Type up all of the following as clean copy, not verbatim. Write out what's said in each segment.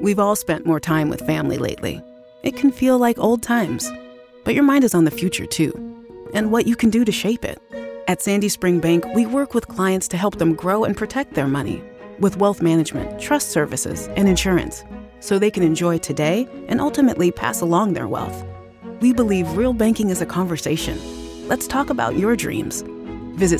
We've all spent more time with family lately. It can feel like old times, but your mind is on the future too, and what you can do to shape it. At Sandy Spring Bank, we work with clients to help them grow and protect their money with wealth management, trust services, and insurance, so they can enjoy today and ultimately pass along their wealth. We believe real banking is a conversation. Let's talk about your dreams. Visit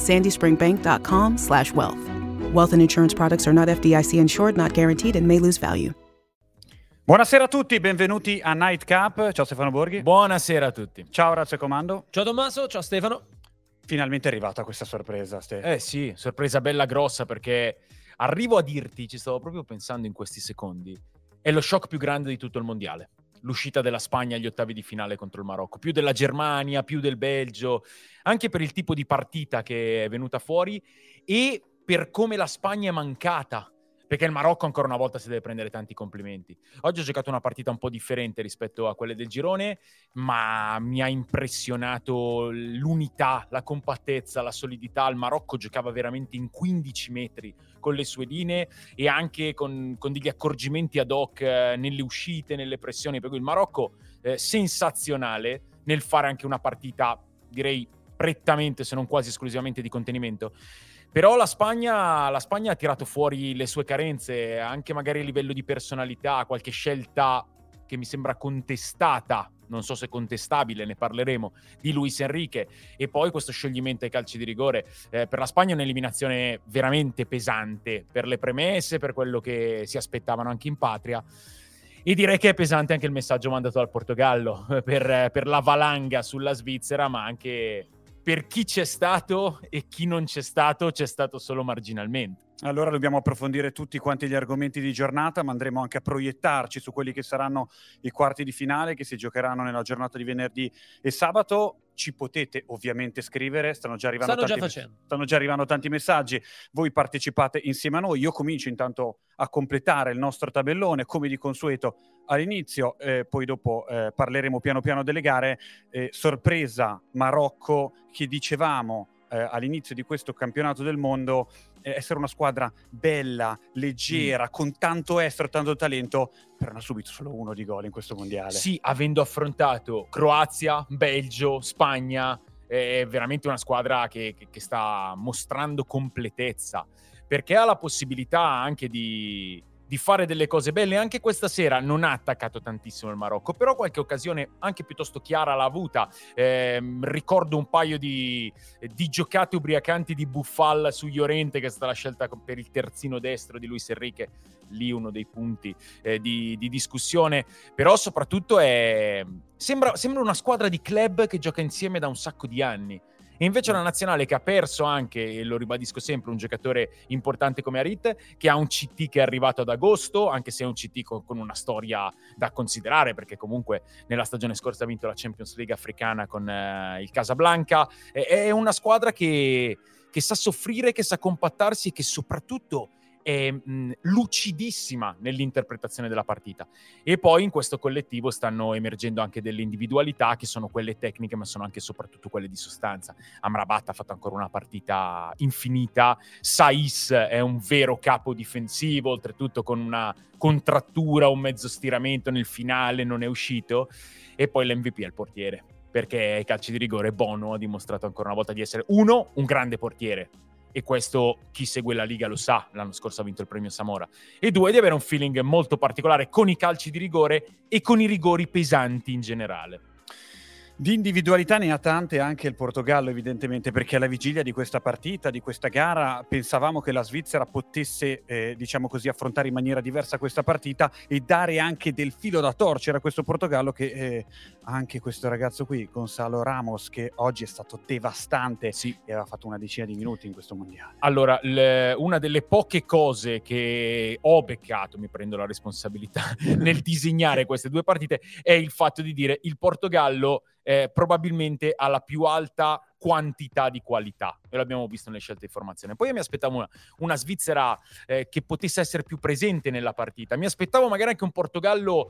sandyspringbank.com/wealth. Wealth and insurance products are not FDIC insured, not guaranteed, and may lose value. Buonasera a tutti, benvenuti a Nightcap. Ciao Stefano Borghi. Buonasera a tutti. Ciao Orazio Comando. Ciao Tommaso, ciao Stefano. Finalmente è arrivata questa sorpresa, Stefano. Sì, sorpresa bella grossa, perché arrivo a dirti, ci stavo proprio pensando in questi secondi, è lo shock più grande di tutto il mondiale. L'uscita della Spagna agli ottavi di finale contro il Marocco, più della Germania, più del Belgio, anche per il tipo di partita che è venuta fuori e per come la Spagna è mancata, perché il Marocco ancora una volta si deve prendere tanti complimenti. Oggi ho giocato una partita un po' differente rispetto a quelle del girone, ma mi ha impressionato l'unità, la compattezza, la solidità. Il Marocco giocava veramente in 15 metri con le sue linee e anche con degli accorgimenti ad hoc nelle uscite, nelle pressioni. Per cui il Marocco sensazionale nel fare anche una partita, direi, prettamente, se non quasi esclusivamente di contenimento. Però la Spagna ha tirato fuori le sue carenze, anche magari a livello di personalità, qualche scelta che mi sembra contestata, non so se contestabile, ne parleremo, di Luis Enrique, e poi questo scioglimento ai calci di rigore. Per la Spagna è un'eliminazione veramente pesante, per le premesse, per quello che si aspettavano anche in patria, e direi che è pesante anche il messaggio mandato dal Portogallo per la valanga sulla Svizzera, ma anche per chi c'è stato e chi non c'è stato solo marginalmente. Allora dobbiamo approfondire tutti quanti gli argomenti di giornata, ma andremo anche a proiettarci su quelli che saranno i quarti di finale che si giocheranno nella giornata di venerdì e sabato. Ci potete ovviamente scrivere, stanno già arrivando tanti messaggi, voi partecipate insieme a noi. Io comincio intanto a completare il nostro tabellone come di consueto all'inizio, poi dopo parleremo piano piano delle gare. Sorpresa Marocco, che dicevamo all'inizio di questo campionato del mondo essere una squadra bella, leggera, con tanto estro, tanto talento, però ne ha subito solo uno di gol in questo mondiale. Sì, avendo affrontato Croazia, Belgio, Spagna, è veramente una squadra che sta mostrando completezza, perché ha la possibilità anche di fare delle cose belle. Anche questa sera non ha attaccato tantissimo il Marocco, però qualche occasione anche piuttosto chiara l'ha avuta. Ricordo un paio di giocate ubriacanti di Buffal su Llorente, che è stata la scelta per il terzino destro di Luis Enrique, lì uno dei punti di discussione. Però soprattutto sembra una squadra di club che gioca insieme da un sacco di anni. E invece una nazionale che ha perso anche, e lo ribadisco sempre, un giocatore importante come Harit, che ha un CT che è arrivato ad agosto, anche se è un CT con una storia da considerare, perché comunque nella stagione scorsa ha vinto la Champions League africana con il Casablanca. È una squadra che sa soffrire, che sa compattarsi e che soprattutto è lucidissima nell'interpretazione della partita. E poi in questo collettivo stanno emergendo anche delle individualità che sono quelle tecniche, ma sono anche e soprattutto quelle di sostanza. Amrabat ha fatto ancora una partita infinita, Saiss è un vero capo difensivo, oltretutto con una contrattura, un mezzo stiramento nel finale, non è uscito. E poi l'MVP è il portiere, perché ai calci di rigore Bono ha dimostrato ancora una volta di essere un grande portiere, e questo chi segue la Liga lo sa, l'anno scorso ha vinto il premio Samora, e due, di avere un feeling molto particolare con i calci di rigore e con i rigori pesanti in generale. Di individualità ne ha tante anche il Portogallo, evidentemente, perché alla vigilia di questa partita, di questa gara, pensavamo che la Svizzera potesse, diciamo così, affrontare in maniera diversa questa partita e dare anche del filo da torcere a questo Portogallo, che anche questo ragazzo qui, Gonzalo Ramos, che oggi è stato devastante, sì, e aveva fatto una decina di minuti in questo mondiale. Allora, una delle poche cose che ho beccato, mi prendo la responsabilità, nel disegnare queste due partite, è il fatto di dire il Portogallo probabilmente ha la più alta quantità di qualità, e l'abbiamo visto nelle scelte di formazione. Poi io mi aspettavo una Svizzera che potesse essere più presente nella partita, mi aspettavo magari anche un Portogallo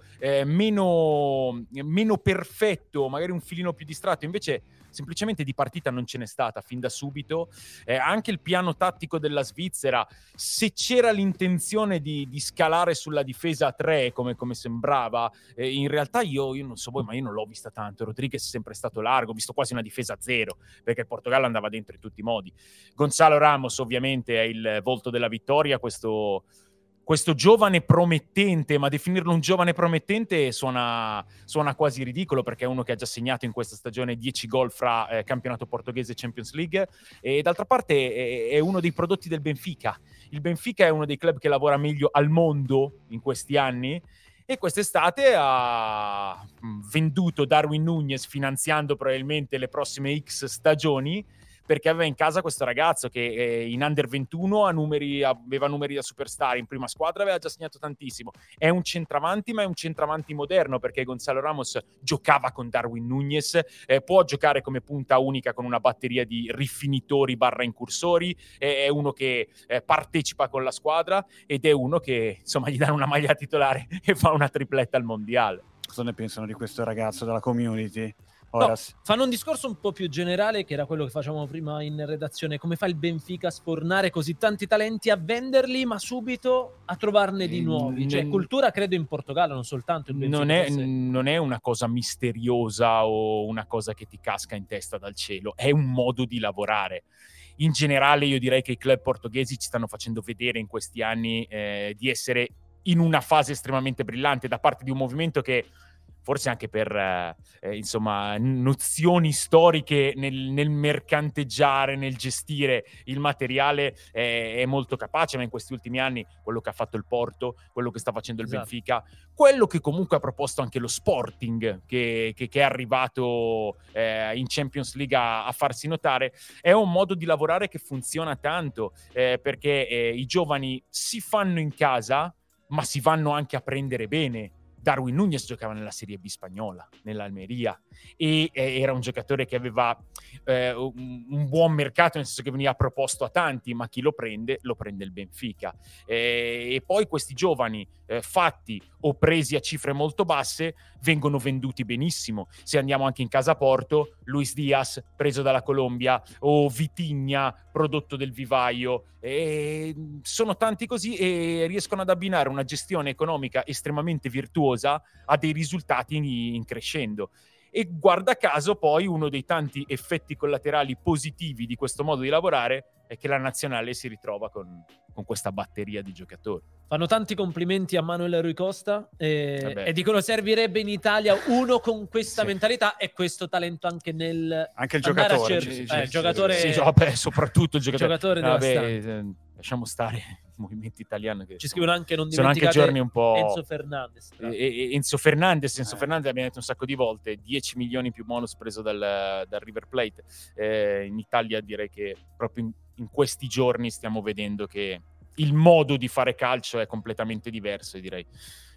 meno perfetto, magari un filino più distratto, invece semplicemente di partita non ce n'è stata fin da subito. Anche il piano tattico della Svizzera, se c'era l'intenzione di scalare sulla difesa a 3 come sembrava, in realtà io non so voi, ma io non l'ho vista tanto. Rodriguez è sempre stato largo, ho visto quasi una difesa a 0, perché il Portogallo andava dentro in tutti i modi. Gonzalo Ramos ovviamente è il volto della vittoria, questo giovane promettente, ma definirlo un giovane promettente suona quasi ridicolo, perché è uno che ha già segnato in questa stagione 10 gol fra campionato portoghese e Champions League, e d'altra parte è uno dei prodotti del Benfica. Il Benfica è uno dei club che lavora meglio al mondo in questi anni, e quest'estate ha venduto Darwin Núñez finanziando probabilmente le prossime X stagioni, perché aveva in casa questo ragazzo che in Under 21 aveva numeri da superstar, in prima squadra aveva già segnato tantissimo. È un centravanti, ma è un centravanti moderno, perché Gonzalo Ramos giocava con Darwin Núñez, può giocare come punta unica con una batteria di rifinitori / incursori, è uno che partecipa con la squadra, ed è uno che insomma gli danno una maglia titolare e fa una tripletta al mondiale. Cosa ne pensano di questo ragazzo della community? No, fanno un discorso un po' più generale, che era quello che facevamo prima in redazione: come fa il Benfica a sfornare così tanti talenti, a venderli, ma subito a trovarne di nuovi? Cioè, cultura credo in Portogallo, non soltanto il Benfica. Non è una cosa misteriosa o una cosa che ti casca in testa dal cielo, è un modo di lavorare. In generale io direi che i club portoghesi ci stanno facendo vedere in questi anni di essere in una fase estremamente brillante, da parte di un movimento che forse anche per insomma nozioni storiche nel mercanteggiare, nel gestire il materiale, è molto capace, ma in questi ultimi anni quello che ha fatto il Porto, quello che sta facendo il Benfica, quello che comunque ha proposto anche lo Sporting, che è arrivato in Champions League a farsi notare, è un modo di lavorare che funziona tanto, perché i giovani si fanno in casa, ma si vanno anche a prendere bene. Darwin Núñez giocava nella Serie B spagnola, nell'Almeria, e era un giocatore che aveva un buon mercato, nel senso che veniva proposto a tanti, ma chi lo prende il Benfica. E poi questi giovani fatti o presi a cifre molto basse vengono venduti benissimo. Se andiamo anche in casa Porto, Luis Diaz preso dalla Colombia, o Vitinha prodotto del vivaio, sono tanti così, e riescono ad abbinare una gestione economica estremamente virtuosa a dei risultati in crescendo. E guarda caso poi uno dei tanti effetti collaterali positivi di questo modo di lavorare è che la nazionale si ritrova con questa batteria di giocatori. Fanno tanti complimenti a Manuel Rui Costa e dicono servirebbe in Italia uno con questa mentalità e questo talento anche il giocatore. Il giocatore, soprattutto il giocatore. Lasciamo stare il movimento italiano, che ci scrivono anche, non sono anche giorni un po'. Enzo Fernandez Fernandez abbiamo detto un sacco di volte, 10 milioni più bonus preso dal River Plate. In Italia direi che proprio in questi giorni stiamo vedendo che il modo di fare calcio è completamente diverso, e direi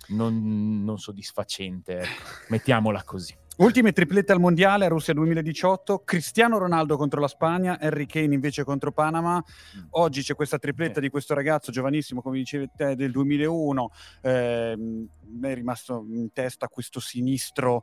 non soddisfacente, mettiamola così. Ultime triplette al mondiale a Russia 2018, Cristiano Ronaldo contro la Spagna, Harry Kane invece contro Panama. Oggi c'è questa tripletta di questo ragazzo giovanissimo, come dicevi te, del 2001. Mi è rimasto in testa questo sinistro,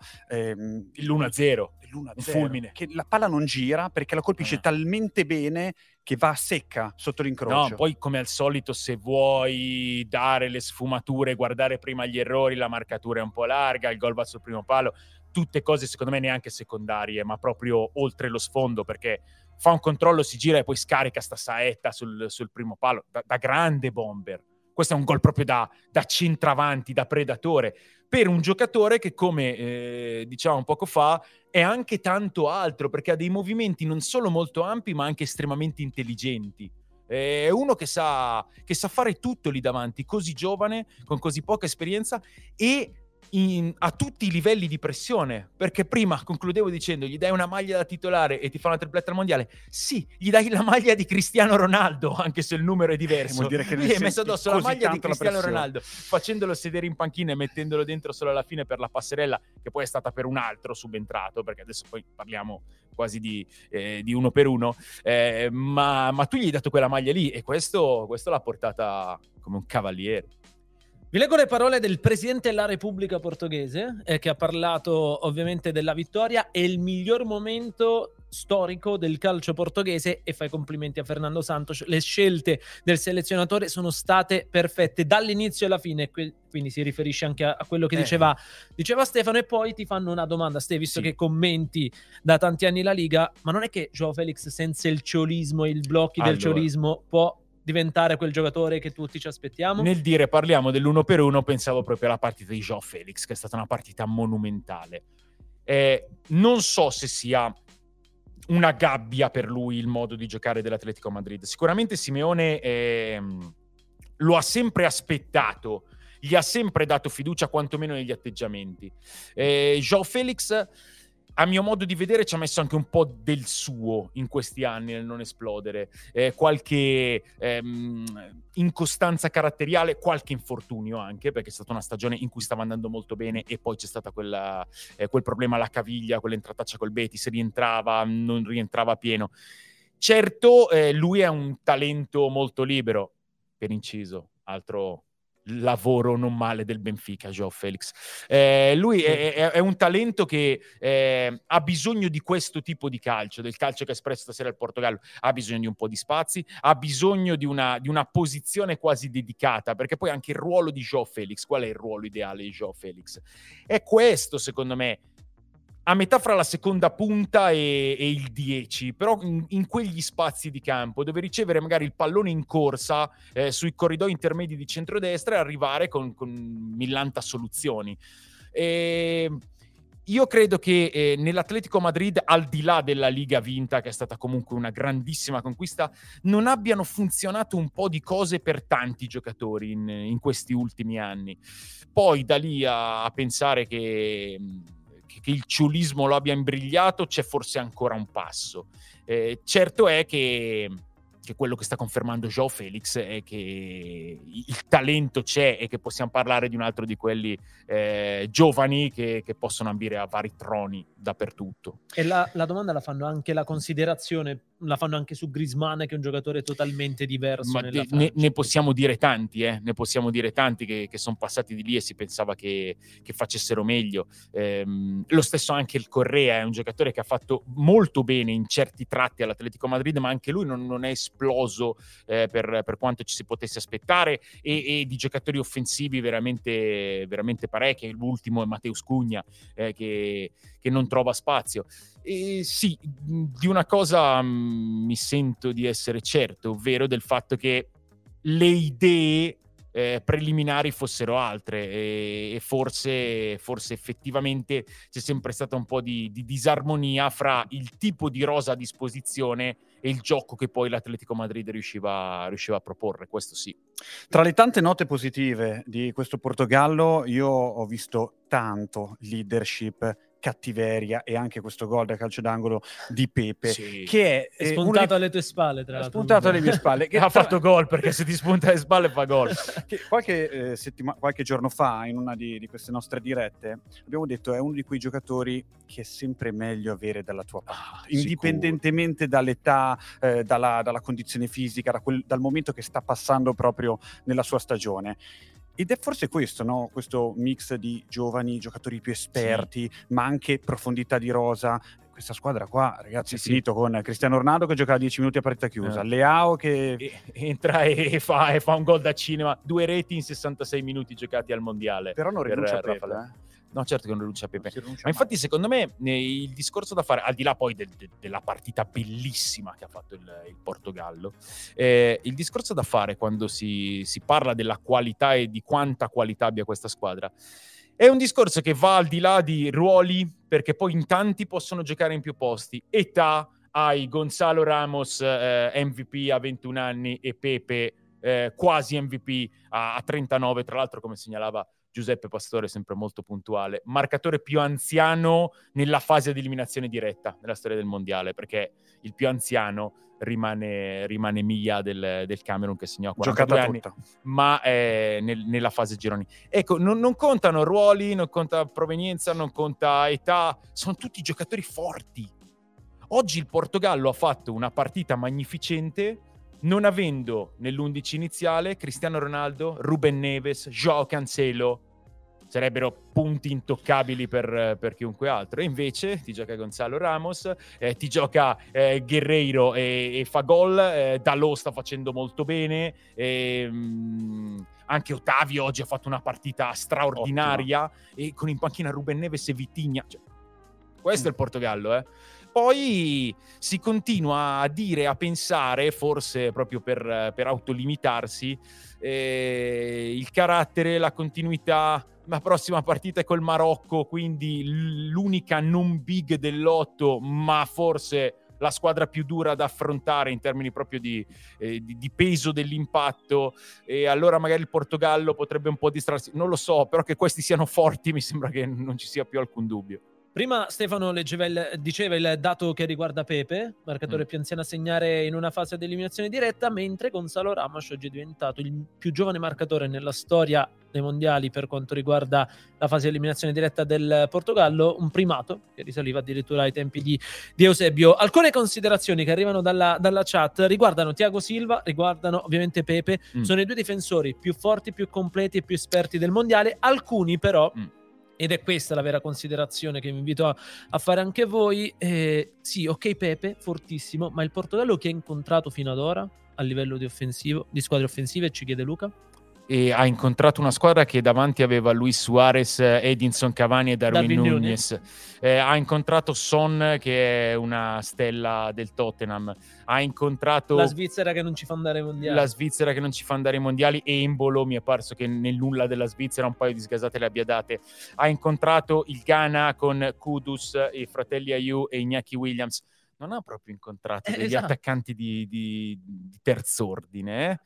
l'1-0, un fulmine, che la palla non gira perché la colpisce talmente bene che va a secca sotto l'incrocio. No, poi come al solito, se vuoi dare le sfumature, guardare prima gli errori, la marcatura è un po' larga, il gol va sul primo palo, tutte cose secondo me neanche secondarie, ma proprio oltre lo sfondo, perché fa un controllo, si gira e poi scarica sta saetta sul primo palo, da grande bomber. Questo è un gol proprio da centravanti, da predatore, per un giocatore che, come dicevamo poco fa, è anche tanto altro, perché ha dei movimenti non solo molto ampi, ma anche estremamente intelligenti. È uno che sa fare tutto lì davanti, così giovane, con così poca esperienza, e a tutti i livelli di pressione, perché prima concludevo dicendo gli dai una maglia da titolare e ti fa una tripletta al mondiale. Sì, gli dai la maglia di Cristiano Ronaldo, anche se il numero è diverso. Vuol dire che Lui è messo addosso la maglia di Cristiano pressione. Ronaldo, facendolo sedere in panchina e mettendolo dentro solo alla fine per la passerella, che poi è stata per un altro subentrato, perché adesso poi parliamo quasi di 1 per 1, ma tu gli hai dato quella maglia lì e questo l'ha portata come un cavaliere. Vi leggo le parole del presidente della Repubblica Portoghese, che ha parlato ovviamente della vittoria. È il miglior momento storico del calcio portoghese e fa i complimenti a Fernando Santos. Le scelte del selezionatore sono state perfette dall'inizio alla fine, quindi si riferisce anche a quello che diceva Stefano. E poi ti fanno una domanda, Ste, visto che commenti da tanti anni la Liga, ma non è che João Felix senza il ciolismo e i blocchi del ciolismo può diventare quel giocatore che tutti ci aspettiamo? Nel dire parliamo dell'1 per 1 pensavo proprio alla partita di João Felix, che è stata una partita monumentale. Non so se sia una gabbia per lui il modo di giocare dell'Atletico Madrid. Sicuramente Simeone lo ha sempre aspettato, gli ha sempre dato fiducia quantomeno negli atteggiamenti. João Felix, a mio modo di vedere, ci ha messo anche un po' del suo in questi anni nel non esplodere, qualche incostanza caratteriale, qualche infortunio anche, perché è stata una stagione in cui stava andando molto bene e poi c'è stata quel problema alla caviglia, quell'entrataccia col Betis, non rientrava pieno. Certo, lui è un talento molto libero, per inciso, altro lavoro non male del Benfica, João Felix. Lui è un talento che ha bisogno di questo tipo di calcio, del calcio che ha espresso stasera il Portogallo. Ha bisogno di un po' di spazi, ha bisogno di una posizione quasi dedicata, perché poi anche il ruolo di João Felix, qual è il ruolo ideale di João Felix? È questo, secondo me, a metà fra la seconda punta e il 10, però in quegli spazi di campo dove ricevere magari il pallone in corsa sui corridoi intermedi di centrodestra e arrivare con millanta soluzioni. Io credo che nell'Atletico Madrid, al di là della Liga vinta, che è stata comunque una grandissima conquista, non abbiano funzionato un po' di cose per tanti giocatori in questi ultimi anni. Poi da lì a pensare che il ciulismo lo abbia imbrigliato, c'è forse ancora un passo. Certo è che quello che sta confermando João Felix è che il talento c'è e che possiamo parlare di un altro di quelli giovani che possono ambire a vari troni dappertutto. E la domanda la fanno anche, la considerazione la fanno anche su Griezmann, che è un giocatore totalmente diverso. Ma ne possiamo dire tanti, ne possiamo dire tanti che sono passati di lì e si pensava che facessero meglio. Lo stesso anche il Correa, è un giocatore che ha fatto molto bene in certi tratti all'Atletico Madrid, ma anche lui non è esploso per quanto ci si potesse aspettare, e di giocatori offensivi veramente, veramente parecchi. L'ultimo è Mateus Cunha, che non trova spazio. E sì, di una cosa mi sento di essere certo, ovvero del fatto che le idee preliminari fossero altre, e forse effettivamente c'è sempre stata un po' di disarmonia fra il tipo di rosa a disposizione e il gioco che poi l'Atletico Madrid riusciva a proporre, questo sì. Tra le tante note positive di questo Portogallo, io ho visto tanto leadership, cattiveria e anche questo gol da calcio d'angolo di Pepe, sì, che è spuntato alle tue spalle, tra l'altro. Spuntato alle mie spalle. Che ha fatto gol, perché se ti spunta alle spalle fa gol. Qualche giorno fa, in una di queste nostre dirette, abbiamo detto è uno di quei giocatori che è sempre meglio avere dalla tua parte, indipendentemente dall'età, dalla condizione fisica, dal momento che sta passando proprio nella sua stagione. Ed è forse questo, no? Questo mix di giovani, giocatori più esperti, ma anche profondità di rosa. Questa squadra qua, ragazzi, è finito con Cristiano Ronaldo che gioca 10 minuti a partita chiusa, Leao che entra e fa un gol da cinema, 2 reti in 66 minuti giocati al mondiale. Però non rinuncia a Pepe, No, certo che non rinuncia a Pepe. Ma infatti, secondo me, il discorso da fare, al di là poi della partita bellissima che ha fatto il Portogallo, il discorso da fare quando si parla della qualità e di quanta qualità abbia questa squadra, è un discorso che va al di là di ruoli, perché poi in tanti possono giocare in più posti. Età, hai Gonzalo Ramos, MVP a 21 anni, e Pepe quasi MVP a 39, tra l'altro, come segnalava Giuseppe Pastore, sempre molto puntuale, marcatore più anziano nella fase di eliminazione diretta nella storia del mondiale, perché il più anziano rimane Miglia del Camerun, che segnò a 42 anni, tutta. ma nella fase gironi. Ecco, non contano ruoli, non conta provenienza, non conta età, sono tutti giocatori forti. Oggi il Portogallo ha fatto una partita magnificente, non avendo nell'11 iniziale Cristiano Ronaldo, Ruben Neves, João Cancelo. Sarebbero punti intoccabili per chiunque altro. E invece ti gioca Gonzalo Ramos, ti gioca Guerreiro e fa gol, Dalot sta facendo molto bene, anche Otavio oggi ha fatto una partita straordinaria, e con in panchina Ruben Neves e Vitinha. Cioè, questo è il Portogallo, Poi si continua a dire, a pensare, forse proprio per autolimitarsi, il carattere, la continuità. La prossima partita è col Marocco, quindi l'unica non big dell'8, ma forse la squadra più dura da affrontare in termini proprio di peso dell'impatto, e allora magari il Portogallo potrebbe un po' distrarsi. Non lo so, però che questi siano forti mi sembra che non ci sia più alcun dubbio. Prima Stefano diceva il dato che riguarda Pepe, marcatore più anziano a segnare in una fase di eliminazione diretta, mentre Gonzalo Ramos oggi è diventato il più giovane marcatore nella storia dei mondiali per quanto riguarda la fase di eliminazione diretta del Portogallo, un primato che risaliva addirittura ai tempi di Eusebio. Alcune considerazioni che arrivano dalla chat riguardano Thiago Silva, riguardano ovviamente Pepe, sono i due difensori più forti, più completi e più esperti del mondiale. Alcuni però... ed è questa la vera considerazione che vi invito a fare anche voi, sì, ok, Pepe, fortissimo, ma il Portogallo che ha incontrato fino ad ora a livello di squadre offensive, ci chiede Luca? E ha incontrato una squadra che davanti aveva Luis Suarez, Edinson Cavani e Darwin Núñez. Ha incontrato Son, che è una stella del Tottenham. Ha incontrato la Svizzera che non ci fa andare ai mondiali. E Embolo mi è parso che nel nulla della Svizzera un paio di sgasate le abbia date. Ha incontrato il Ghana con Kudus, i fratelli Ayew e Iñaki Williams. Non ha proprio incontrato degli attaccanti di terz'ordine,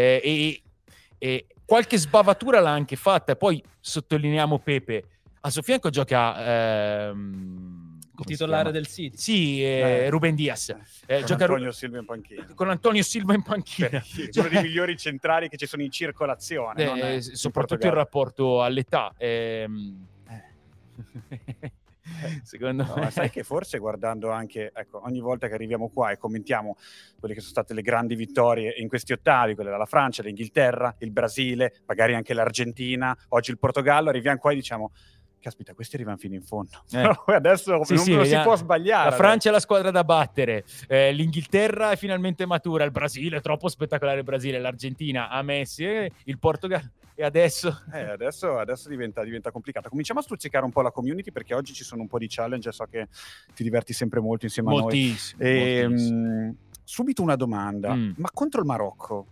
e qualche sbavatura l'ha anche fatta. Poi sottolineiamo Pepe, a suo fianco gioca il titolare del City, sì, Ruben Dias, gioca Antonio Silva in panchina, con Antonio Silva in panchina, uno dei migliori centrali che ci sono in circolazione, soprattutto in rapporto all'età. Secondo me, sai che forse guardando anche, ecco, ogni volta che arriviamo qua e commentiamo quelle che sono state le grandi vittorie in questi ottavi, quelle della Francia, l'Inghilterra, il Brasile, magari anche l'Argentina, oggi il Portogallo, arriviamo qua e diciamo: caspita, questi arrivano fino in fondo. Adesso non si può sbagliare. La Francia è la squadra da battere, l'Inghilterra è finalmente matura, il Brasile è troppo spettacolare, il Brasile, l'Argentina ha Messi, il Portogallo. E adesso diventa complicato. Cominciamo a stuzzicare un po' la community, perché oggi ci sono un po' di challenge. So che ti diverti sempre molto insieme a noi. Subito una domanda: ma contro il Marocco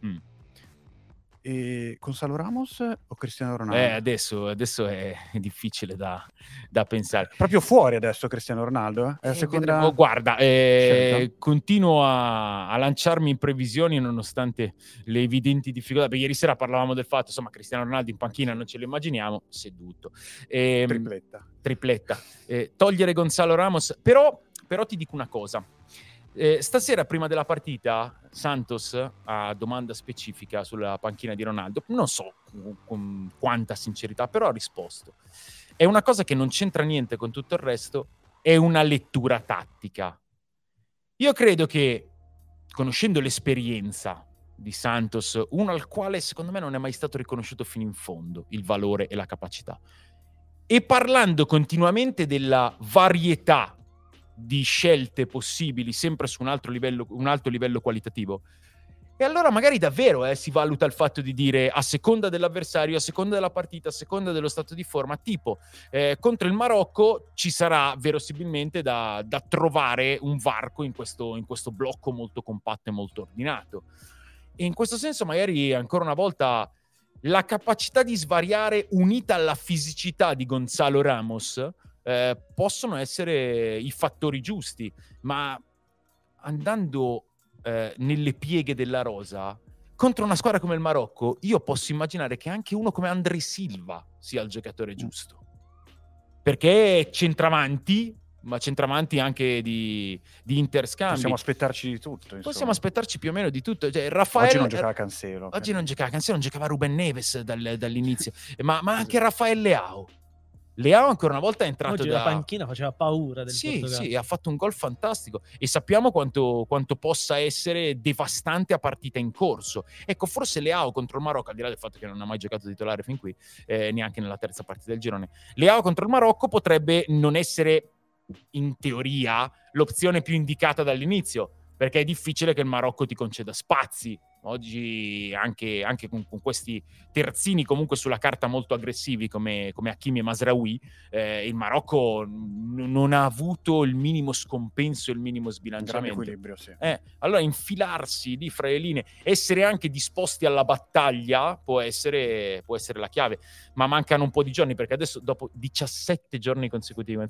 Gonzalo Ramos o Cristiano Ronaldo? Adesso è difficile da pensare. Proprio fuori adesso Cristiano Ronaldo? Guarda, continuo a lanciarmi in previsioni nonostante le evidenti difficoltà. Perché ieri sera parlavamo del fatto, insomma, Cristiano Ronaldo in panchina non ce lo immaginiamo, seduto. Tripletta. Togliere Gonzalo Ramos, però ti dico una cosa. Stasera prima della partita Santos, a domanda specifica sulla panchina di Ronaldo, non so con quanta sincerità, però ha risposto: è una cosa che non c'entra niente con tutto il resto, è una lettura tattica. Io credo che, conoscendo l'esperienza di Santos, uno al quale secondo me non è mai stato riconosciuto fino in fondo il valore e la capacità, e parlando continuamente della varietà di scelte possibili, sempre su un alto livello qualitativo, e allora magari davvero si valuta il fatto di dire, a seconda dell'avversario, a seconda della partita, a seconda dello stato di forma, tipo contro il Marocco ci sarà verosimilmente da trovare un varco in questo blocco molto compatto e molto ordinato, e in questo senso magari ancora una volta la capacità di svariare, unita alla fisicità di Gonzalo Ramos, possono essere i fattori giusti, ma andando nelle pieghe della rosa, contro una squadra come il Marocco, io posso immaginare che anche uno come André Silva sia il giocatore giusto. Perché centravanti, ma centravanti anche di interscambi. Possiamo aspettarci di tutto. Insomma. Possiamo aspettarci più o meno di tutto. Cioè, Raffaele, oggi non giocava Cancelo. Oggi non giocava Cancelo, non giocava Ruben Neves dall'inizio. ma anche Rafael Leao. Leao ancora una volta è entrato oggi la panchina faceva paura del Portogallo. Sì, ha fatto un gol fantastico e sappiamo quanto possa essere devastante a partita in corso. Ecco, forse Leao contro il Marocco, al di là del fatto che non ha mai giocato titolare fin qui, neanche nella terza partita del girone, Leao contro il Marocco potrebbe non essere in teoria l'opzione più indicata dall'inizio, perché è difficile che il Marocco ti conceda spazi. Oggi anche con questi terzini comunque sulla carta molto aggressivi come Hakimi e Mazraoui, il Marocco non ha avuto il minimo scompenso, il minimo sbilanciamento. Grande equilibrio, sì. Allora infilarsi lì fra le linee, essere anche disposti alla battaglia può essere la chiave, ma mancano un po' di giorni, perché adesso dopo 17 giorni consecutivi,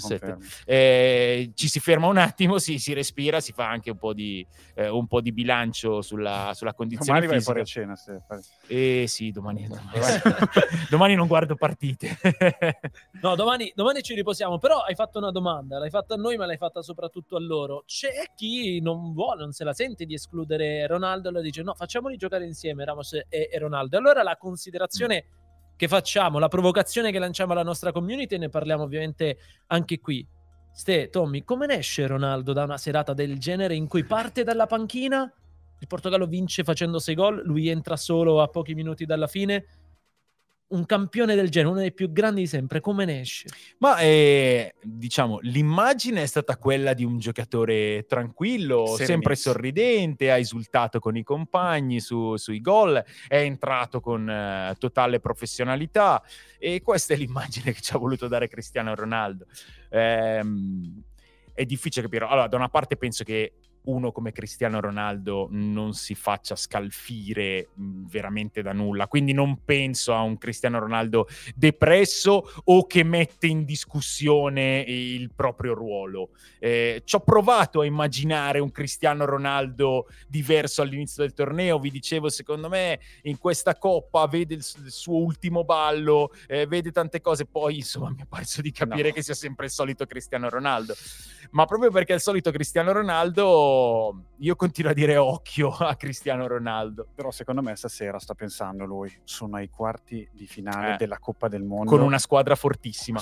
17, ci si ferma un attimo, si respira, si fa anche un po' di bilancio sulla condizione domani fisica. Vai fuori a cena, sì, domani domani non guardo partite. No, domani ci riposiamo, però hai fatto una domanda, l'hai fatta a noi ma l'hai fatta soprattutto a loro. C'è chi non se la sente di escludere Ronaldo e lo dice no, facciamoli giocare insieme Ramos e Ronaldo. Allora la considerazione che facciamo, la provocazione che lanciamo alla nostra community, e ne parliamo ovviamente anche qui. Tommy, come ne esce Ronaldo da una serata del genere in cui parte dalla panchina, il Portogallo vince facendo 6 gol, lui entra solo a pochi minuti dalla fine? Un campione del genere, uno dei più grandi di sempre, come ne esce? Ma diciamo, l'immagine è stata quella di un giocatore tranquillo, sempre sorridente, ha esultato con i compagni sui gol, è entrato con totale professionalità, e questa è l'immagine che ci ha voluto dare Cristiano Ronaldo. È difficile capire. Allora, da una parte penso che uno come Cristiano Ronaldo non si faccia scalfire veramente da nulla, quindi non penso a un Cristiano Ronaldo depresso o che mette in discussione il proprio ruolo. Ci ho provato a immaginare un Cristiano Ronaldo diverso all'inizio del torneo, vi dicevo, secondo me in questa Coppa vede il suo ultimo ballo, vede tante cose, poi insomma mi è parso di capire che sia sempre il solito Cristiano Ronaldo, ma proprio perché è il solito Cristiano Ronaldo io continuo a dire occhio a Cristiano Ronaldo. Però secondo me stasera sta pensando lui, sono ai quarti di finale della Coppa del Mondo con una squadra fortissima.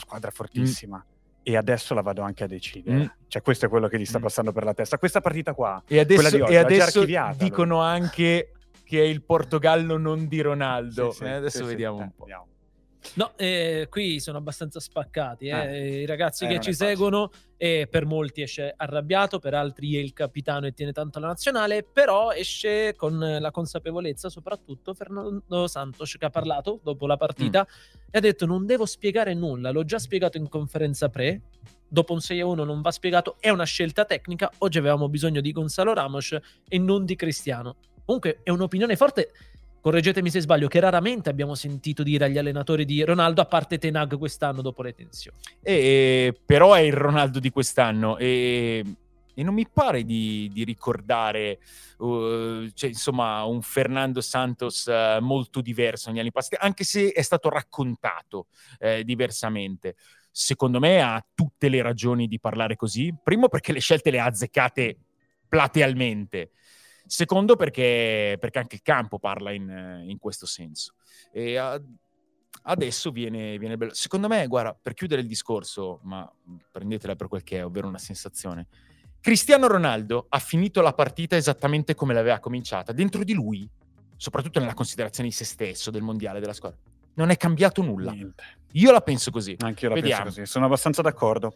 E adesso la vado anche a decidere. Cioè questo è quello che gli sta passando per la testa, questa partita qua. E adesso, di oggi, dicono lui. Anche che è il Portogallo non di Ronaldo. Adesso vediamo un po'. Vediamo. No, qui sono abbastanza spaccati. I ragazzi che ci seguono, per molti esce arrabbiato, per altri è il capitano e tiene tanto la nazionale, però esce con la consapevolezza, soprattutto Fernando Santos, che ha parlato dopo la partita e ha detto non devo spiegare nulla, l'ho già spiegato in conferenza pre, dopo un 6-1 non va spiegato, è una scelta tecnica, oggi avevamo bisogno di Gonzalo Ramos e non di Cristiano. Comunque è un'opinione forte, correggetemi se sbaglio, che raramente abbiamo sentito dire agli allenatori di Ronaldo, a parte Ten Hag quest'anno dopo le tensioni. Però è il Ronaldo di quest'anno e non mi pare di ricordare cioè, insomma, un Fernando Santos molto diverso negli anni passati, anche se è stato raccontato diversamente. Secondo me ha tutte le ragioni di parlare così. Primo perché le scelte le ha azzeccate platealmente. Secondo perché anche il campo parla in questo senso. E adesso viene bello. Secondo me, guarda, per chiudere il discorso, ma prendetela per quel che è, ovvero una sensazione, Cristiano Ronaldo ha finito la partita esattamente come l'aveva cominciata. Dentro di lui, soprattutto nella considerazione di se stesso, del mondiale, della squadra, non è cambiato nulla. Niente. Io la penso così. Anche io la penso così, sono abbastanza d'accordo.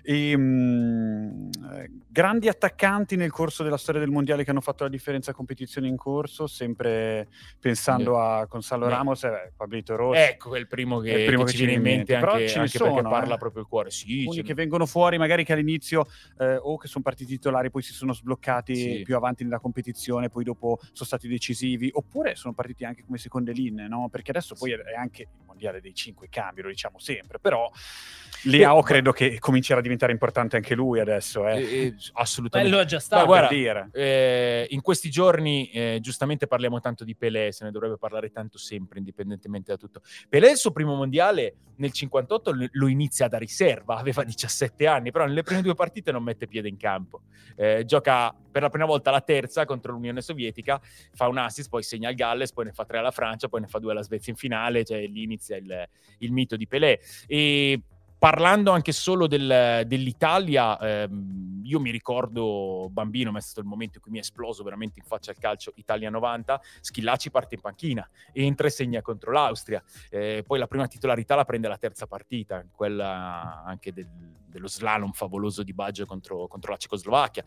Grandi attaccanti nel corso della storia del mondiale che hanno fatto la differenza a competizioni in corso, sempre pensando a Gonzalo Ramos, Pablito Rossi. Ecco, è il primo che ci viene in mente, anche sono, perché parla proprio il cuore. Alcuni che vengono fuori magari che all'inizio o che sono partiti titolari, poi si sono sbloccati più avanti nella competizione, poi dopo sono stati decisivi, oppure sono partiti anche come seconde linee, no? Perché adesso poi è anche il mondiale dei 5 cambi, lo diciamo sempre, però Leao credo che comincerà a diventare importante anche lui adesso. Assolutamente. Lo è già stato. Guarda, in questi giorni giustamente parliamo tanto di Pelé, se ne dovrebbe parlare tanto sempre, indipendentemente da tutto. Pelé il suo primo mondiale nel 58 lo inizia da riserva, aveva 17 anni, però nelle prime 2 partite non mette piede in campo. Gioca per la prima volta la terza contro l'Unione Sovietica, fa un assist, poi segna il Galles, poi ne fa 3 alla Francia, poi ne fa 2 alla Svezia in finale, cioè lì inizia il mito di Pelé. E parlando anche solo dell'Italia, io mi ricordo bambino, ma è stato il momento in cui mi è esploso veramente in faccia il calcio, Italia 90, Schillaci parte in panchina, entra e segna contro l'Austria, poi la prima titolarità la prende la terza partita, quella anche dello slalom favoloso di Baggio contro la Cecoslovacchia.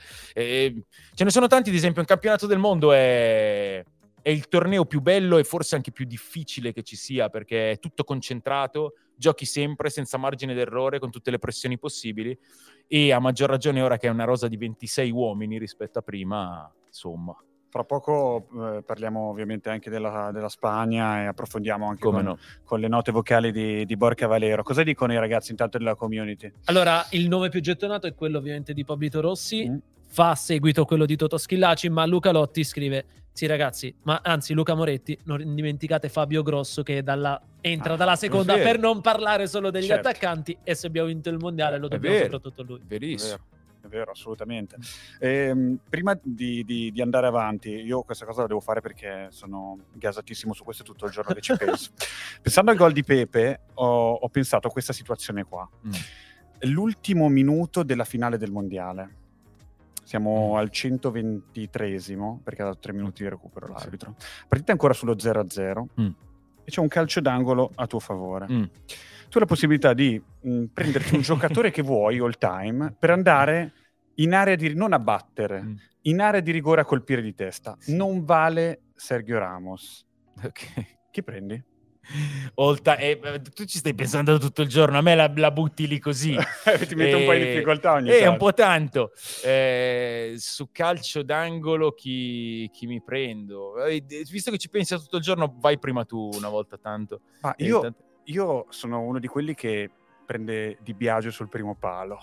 Ce ne sono tanti, ad esempio, un campionato del mondo è il torneo più bello e forse anche più difficile che ci sia, perché è tutto concentrato, giochi sempre senza margine d'errore, con tutte le pressioni possibili, e a maggior ragione ora che è una rosa di 26 uomini rispetto a prima, insomma. Fra poco parliamo ovviamente anche della Spagna e approfondiamo anche con le note vocali di Borja Valero. Cosa dicono i ragazzi intanto della community? Allora, il nome più gettonato è quello ovviamente di Pablito Rossi, fa seguito quello di Toto Schillaci, ma Luca Lotti scrive: sì ragazzi, ma anzi Luca Moretti, non dimenticate Fabio Grosso che entra dalla seconda, per non parlare solo degli attaccanti, e se abbiamo vinto il mondiale lo dobbiamo soprattutto a lui. Verissimo. È vero, assolutamente. Prima di andare avanti, io questa cosa la devo fare perché sono gasatissimo su questo tutto il giorno che ci penso. Pensando al gol di Pepe, ho pensato a questa situazione qua. L'ultimo minuto della finale del mondiale. Siamo al 123esimo, perché ha dato 3 minuti di recupero l'arbitro. Partita ancora sullo 0-0 e c'è un calcio d'angolo a tuo favore. Tu hai la possibilità di prenderti un giocatore che vuoi all time per andare in area di non a battere, in area di rigore a colpire di testa. Non vale Sergio Ramos. Chi prendi? Tu ci stai pensando tutto il giorno, a me la butti lì così. Ti metto un po' in difficoltà ogni tanto. Un po' tanto. Su calcio d'angolo chi mi prendo? Visto che ci pensi tutto il giorno, vai prima tu una volta tanto. Io sono uno di quelli che prende Di Biagio sul primo palo.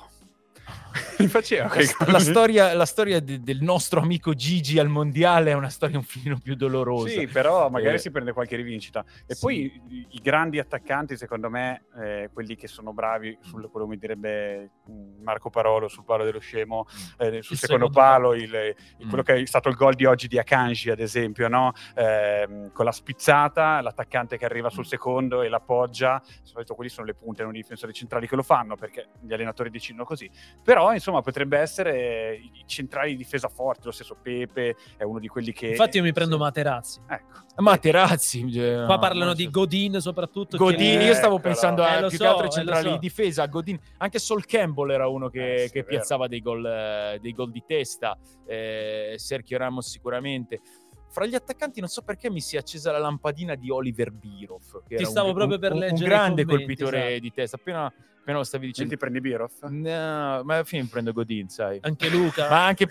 Mi faceva la storia del nostro amico Gigi al mondiale è una storia un filino più dolorosa. Sì, però magari si prende qualche rivincita. E poi i grandi attaccanti, secondo me, quelli che sono bravi sul, quello mi direbbe Marco Parolo sul palo dello scemo, sul secondo palo, quello che è stato il gol di oggi di Akanji, ad esempio, no? Con la spizzata, l'attaccante che arriva sul secondo e l'appoggia. Di solito quelli sono le punte, non i difensori centrali che lo fanno, perché gli allenatori decidono così. Però insomma potrebbe essere i centrali di difesa forti, lo stesso Pepe è uno di quelli che... Infatti io mi prendo Materazzi. Ecco. Materazzi. Qua parlano di Godin soprattutto. Godin, io stavo pensando a più che altro ai centrali di difesa. Godin, anche Sol Campbell era uno che piazzava dei gol di testa. Sergio Ramos sicuramente. Fra gli attaccanti non so perché mi si è accesa la lampadina di Oliver Bierhoff, che era proprio per leggere un grande colpitore di testa. Appena lo stavi dicendo. Ti prendi Bierhoff? No, ma alla fine prendo Godin, sai. Anche Luca. Ma anche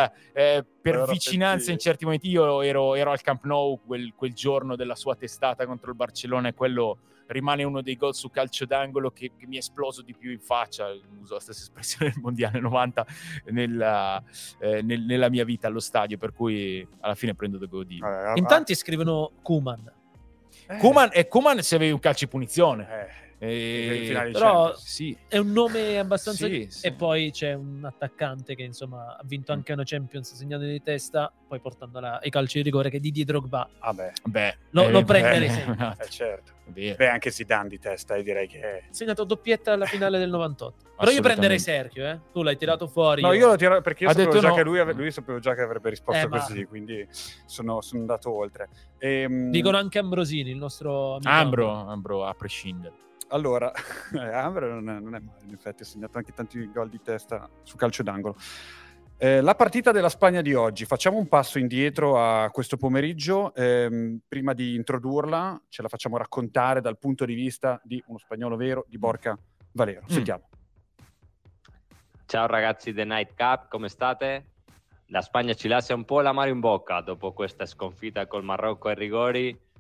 per vicinanza in certi momenti. Io ero al Camp Nou quel giorno della sua testata contro il Barcellona, e quello rimane uno dei gol su calcio d'angolo che mi è esploso di più in faccia. Uso la stessa espressione del mondiale 90 nella mia vita allo stadio, per cui alla fine prendo da Godin. In tanti scrivono Koeman. Koeman se avevi un calcio di punizione. Però è un nome abbastanza e poi c'è un attaccante che insomma ha vinto anche una Champions segnando di testa, poi portandola ai calci di rigore, che è Didier Drogba. Lo prenderei sempre. Certo. Beh, anche Zidane di testa, direi che è segnato doppietta alla finale del 98. Però io prenderei Sergio, tu l'hai tirato fuori. No, io l'ho tirato perché io sapevo già che lui sapevo già che avrebbe risposto così, quindi sono andato oltre. Dicono anche Ambrosini, il nostro amico Ambro a prescindere. Allora, Ambro non è male, in effetti ha segnato anche tanti gol di testa su calcio d'angolo. La partita della Spagna di oggi, facciamo un passo indietro a questo pomeriggio, prima di introdurla ce la facciamo raccontare dal punto di vista di uno spagnolo vero, di Borja Valero. Sentiamo. Ciao ragazzi The Night Cup, come state? La Spagna ci lascia un po' l'amaro in bocca dopo questa sconfitta col Marocco ai rigori,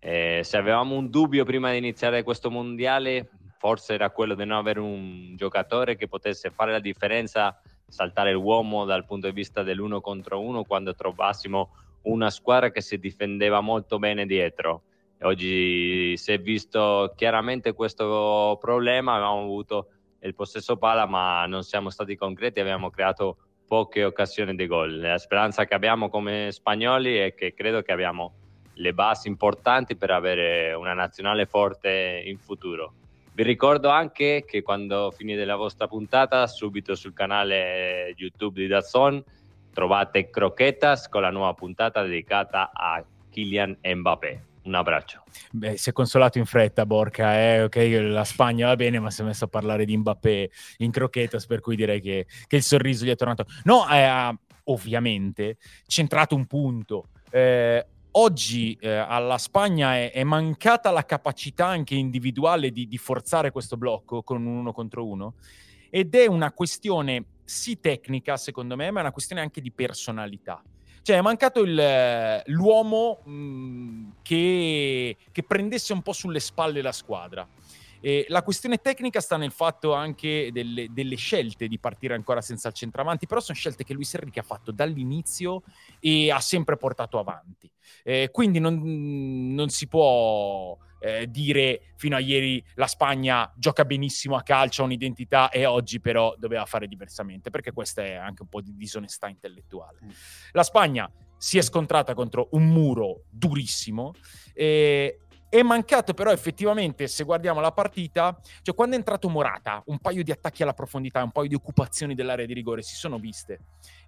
Se avevamo un dubbio prima di iniziare questo mondiale, forse era quello di non avere un giocatore che potesse fare la differenza, saltare l'uomo dal punto di vista dell'1 contro 1 quando trovassimo una squadra che si difendeva molto bene dietro. Oggi si è visto chiaramente questo problema, abbiamo avuto il possesso palla ma non siamo stati concreti, abbiamo creato poche occasioni di gol. La speranza che abbiamo come spagnoli è che credo che abbiamo le basi importanti per avere una nazionale forte in futuro. Vi ricordo anche che quando finite la vostra puntata, subito sul canale YouTube di DAZN trovate Croquetas con la nuova puntata dedicata a Kylian Mbappé. Un abbraccio. Beh, si è consolato in fretta Borca, ok, la Spagna va bene, ma si è messo a parlare di Mbappé in Croquetas, per cui direi che il sorriso gli è tornato. No, ovviamente, centrato un punto. Oggi alla Spagna è mancata la capacità anche individuale di forzare questo blocco con un 1 contro 1, ed è una questione sì tecnica, secondo me, ma è una questione anche di personalità. Cioè è mancato l'uomo che prendesse un po' sulle spalle la squadra. E la questione tecnica sta nel fatto anche delle scelte di partire ancora senza il centravanti, però sono scelte che Luis Enrique ha fatto dall'inizio e ha sempre portato avanti. Quindi non si può dire fino a ieri la Spagna gioca benissimo a calcio, ha un'identità e oggi però doveva fare diversamente, perché questa è anche un po' di disonestà intellettuale. La Spagna si è scontrata contro un muro durissimo, è mancato però effettivamente, se guardiamo la partita, cioè quando è entrato Morata, un paio di attacchi alla profondità, un paio di occupazioni dell'area di rigore si sono viste.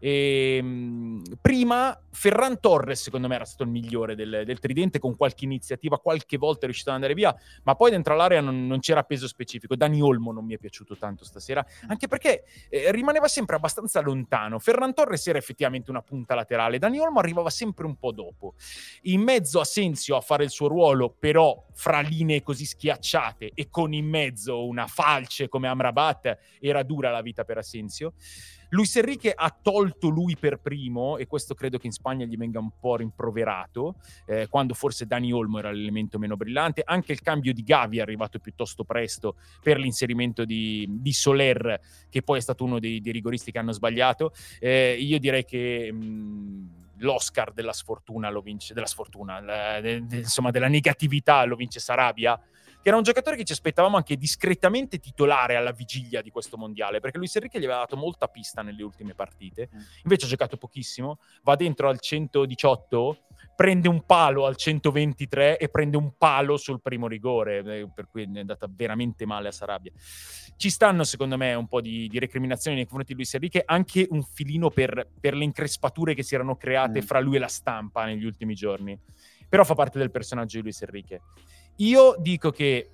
Prima Ferran Torres secondo me era stato il migliore del tridente, con qualche iniziativa, qualche volta è riuscito ad andare via, ma poi dentro all'area non c'era peso specifico. Dani Olmo non mi è piaciuto tanto stasera, anche perché rimaneva sempre abbastanza lontano. Ferran Torres era effettivamente una punta laterale, Dani Olmo arrivava sempre un po' dopo, in mezzo Asensio a fare il suo ruolo, però fra linee così schiacciate e con in mezzo una falce come Amrabat, era dura la vita per Asensio. Luis Enrique ha tolto lui per primo, e questo credo che in Spagna gli venga un po' rimproverato, quando forse Dani Olmo era l'elemento meno brillante. Anche il cambio di Gavi è arrivato piuttosto presto per l'inserimento di Soler, che poi è stato uno dei rigoristi che hanno sbagliato. Io direi che l'Oscar della sfortuna lo vince, insomma della negatività lo vince Sarabia, che era un giocatore che ci aspettavamo anche discretamente titolare alla vigilia di questo mondiale, perché Luis Enrique gli aveva dato molta pista nelle ultime partite, invece ha giocato pochissimo, va dentro al 118, prende un palo al 123 e prende un palo sul primo rigore, per cui è andata veramente male a Sarabia. Ci stanno secondo me un po' di recriminazioni nei confronti di Luis Enrique, anche un filino per le increspature che si erano create fra lui e la stampa negli ultimi giorni, però fa parte del personaggio di Luis Enrique. Io dico che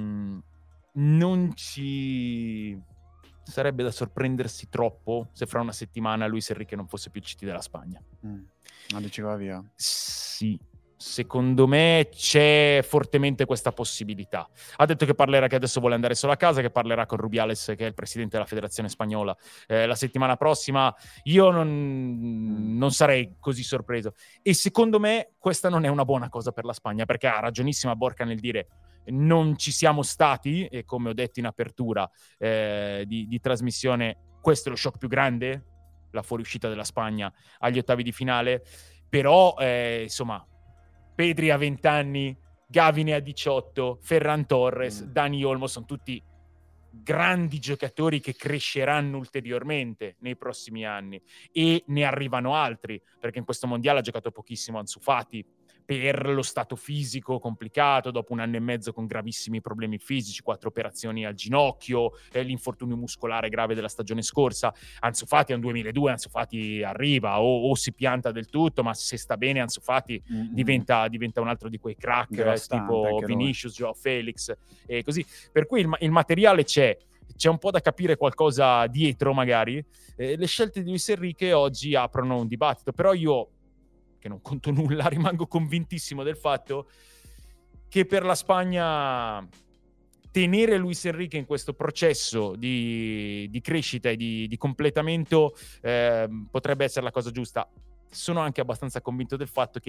non ci sarebbe da sorprendersi troppo se fra una settimana Luis Enrique non fosse più il CT della Spagna. Non diceva via. Sì, secondo me c'è fortemente questa possibilità. Ha detto che parlerà, che adesso vuole andare solo a casa, che parlerà con Rubiales, che è il presidente della federazione spagnola, la settimana prossima. Io non sarei così sorpreso, e secondo me questa non è una buona cosa per la Spagna, perché ha ragionissima Borca nel dire non ci siamo stati, e come ho detto in apertura di trasmissione, questo è lo shock più grande, la fuoriuscita della Spagna agli ottavi di finale. Però insomma, Pedri ha 20 anni, Gavi ne ha 18, Ferran Torres, Dani Olmo, sono tutti grandi giocatori che cresceranno ulteriormente nei prossimi anni, e ne arrivano altri, perché in questo mondiale ha giocato pochissimo Ansu Fati per lo stato fisico complicato, dopo un anno e mezzo con gravissimi problemi fisici, 4 operazioni al ginocchio, l'infortunio muscolare grave della stagione scorsa. Ansu Fati è un 2002, Ansu Fati arriva o si pianta del tutto, ma se sta bene Ansu Fati diventa un altro di quei crack tipo Vinicius, Joao Felix e così, per cui il materiale c'è un po' da capire qualcosa dietro magari. Le scelte di Luis Enrique oggi aprono un dibattito, però io, che non conto nulla, rimango convintissimo del fatto che per la Spagna tenere Luis Enrique in questo processo di crescita e di completamento potrebbe essere la cosa giusta. Sono anche abbastanza convinto del fatto che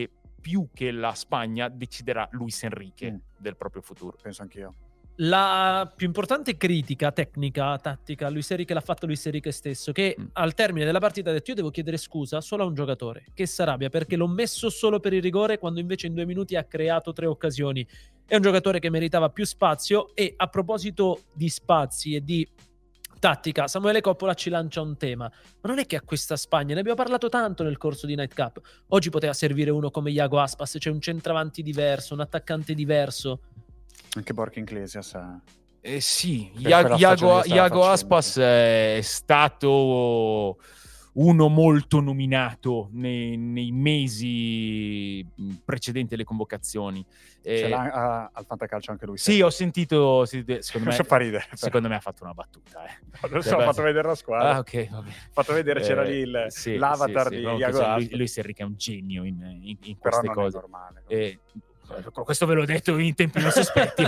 più che la Spagna deciderà Luis Enrique del proprio futuro. Penso anch'io. La più importante critica tecnica, tattica, Luis Enrique l'ha fatto Luis Enrique stesso, che al termine della partita ha detto: io devo chiedere scusa solo a un giocatore, che si arrabbia perché l'ho messo solo per il rigore, quando invece in 2 minuti ha creato 3 occasioni. È un giocatore che meritava più spazio. E a proposito di spazi e di tattica, Samuele Coppola ci lancia un tema: ma non è che a questa Spagna, ne abbiamo parlato tanto nel corso di Night Cup, oggi poteva servire uno come Iago Aspas, c'è un centravanti diverso, un attaccante diverso. Anche Borja Iglesias. Sì, Per Iago Aspas è stato uno molto nominato nei mesi precedenti alle convocazioni. Ce l'ha al Fantacalcio anche lui. Sì, ho sentito, secondo me, fa ridere, secondo me ha fatto una battuta. Lo so, ho fatto vedere la squadra. Ah, ok, va bene. Ho fatto vedere, c'era lì l'avatar di Iago Aspas. Lui Enrique è un genio in però queste non cose. È normale. Questo ve l'ho detto in tempi non sospetti.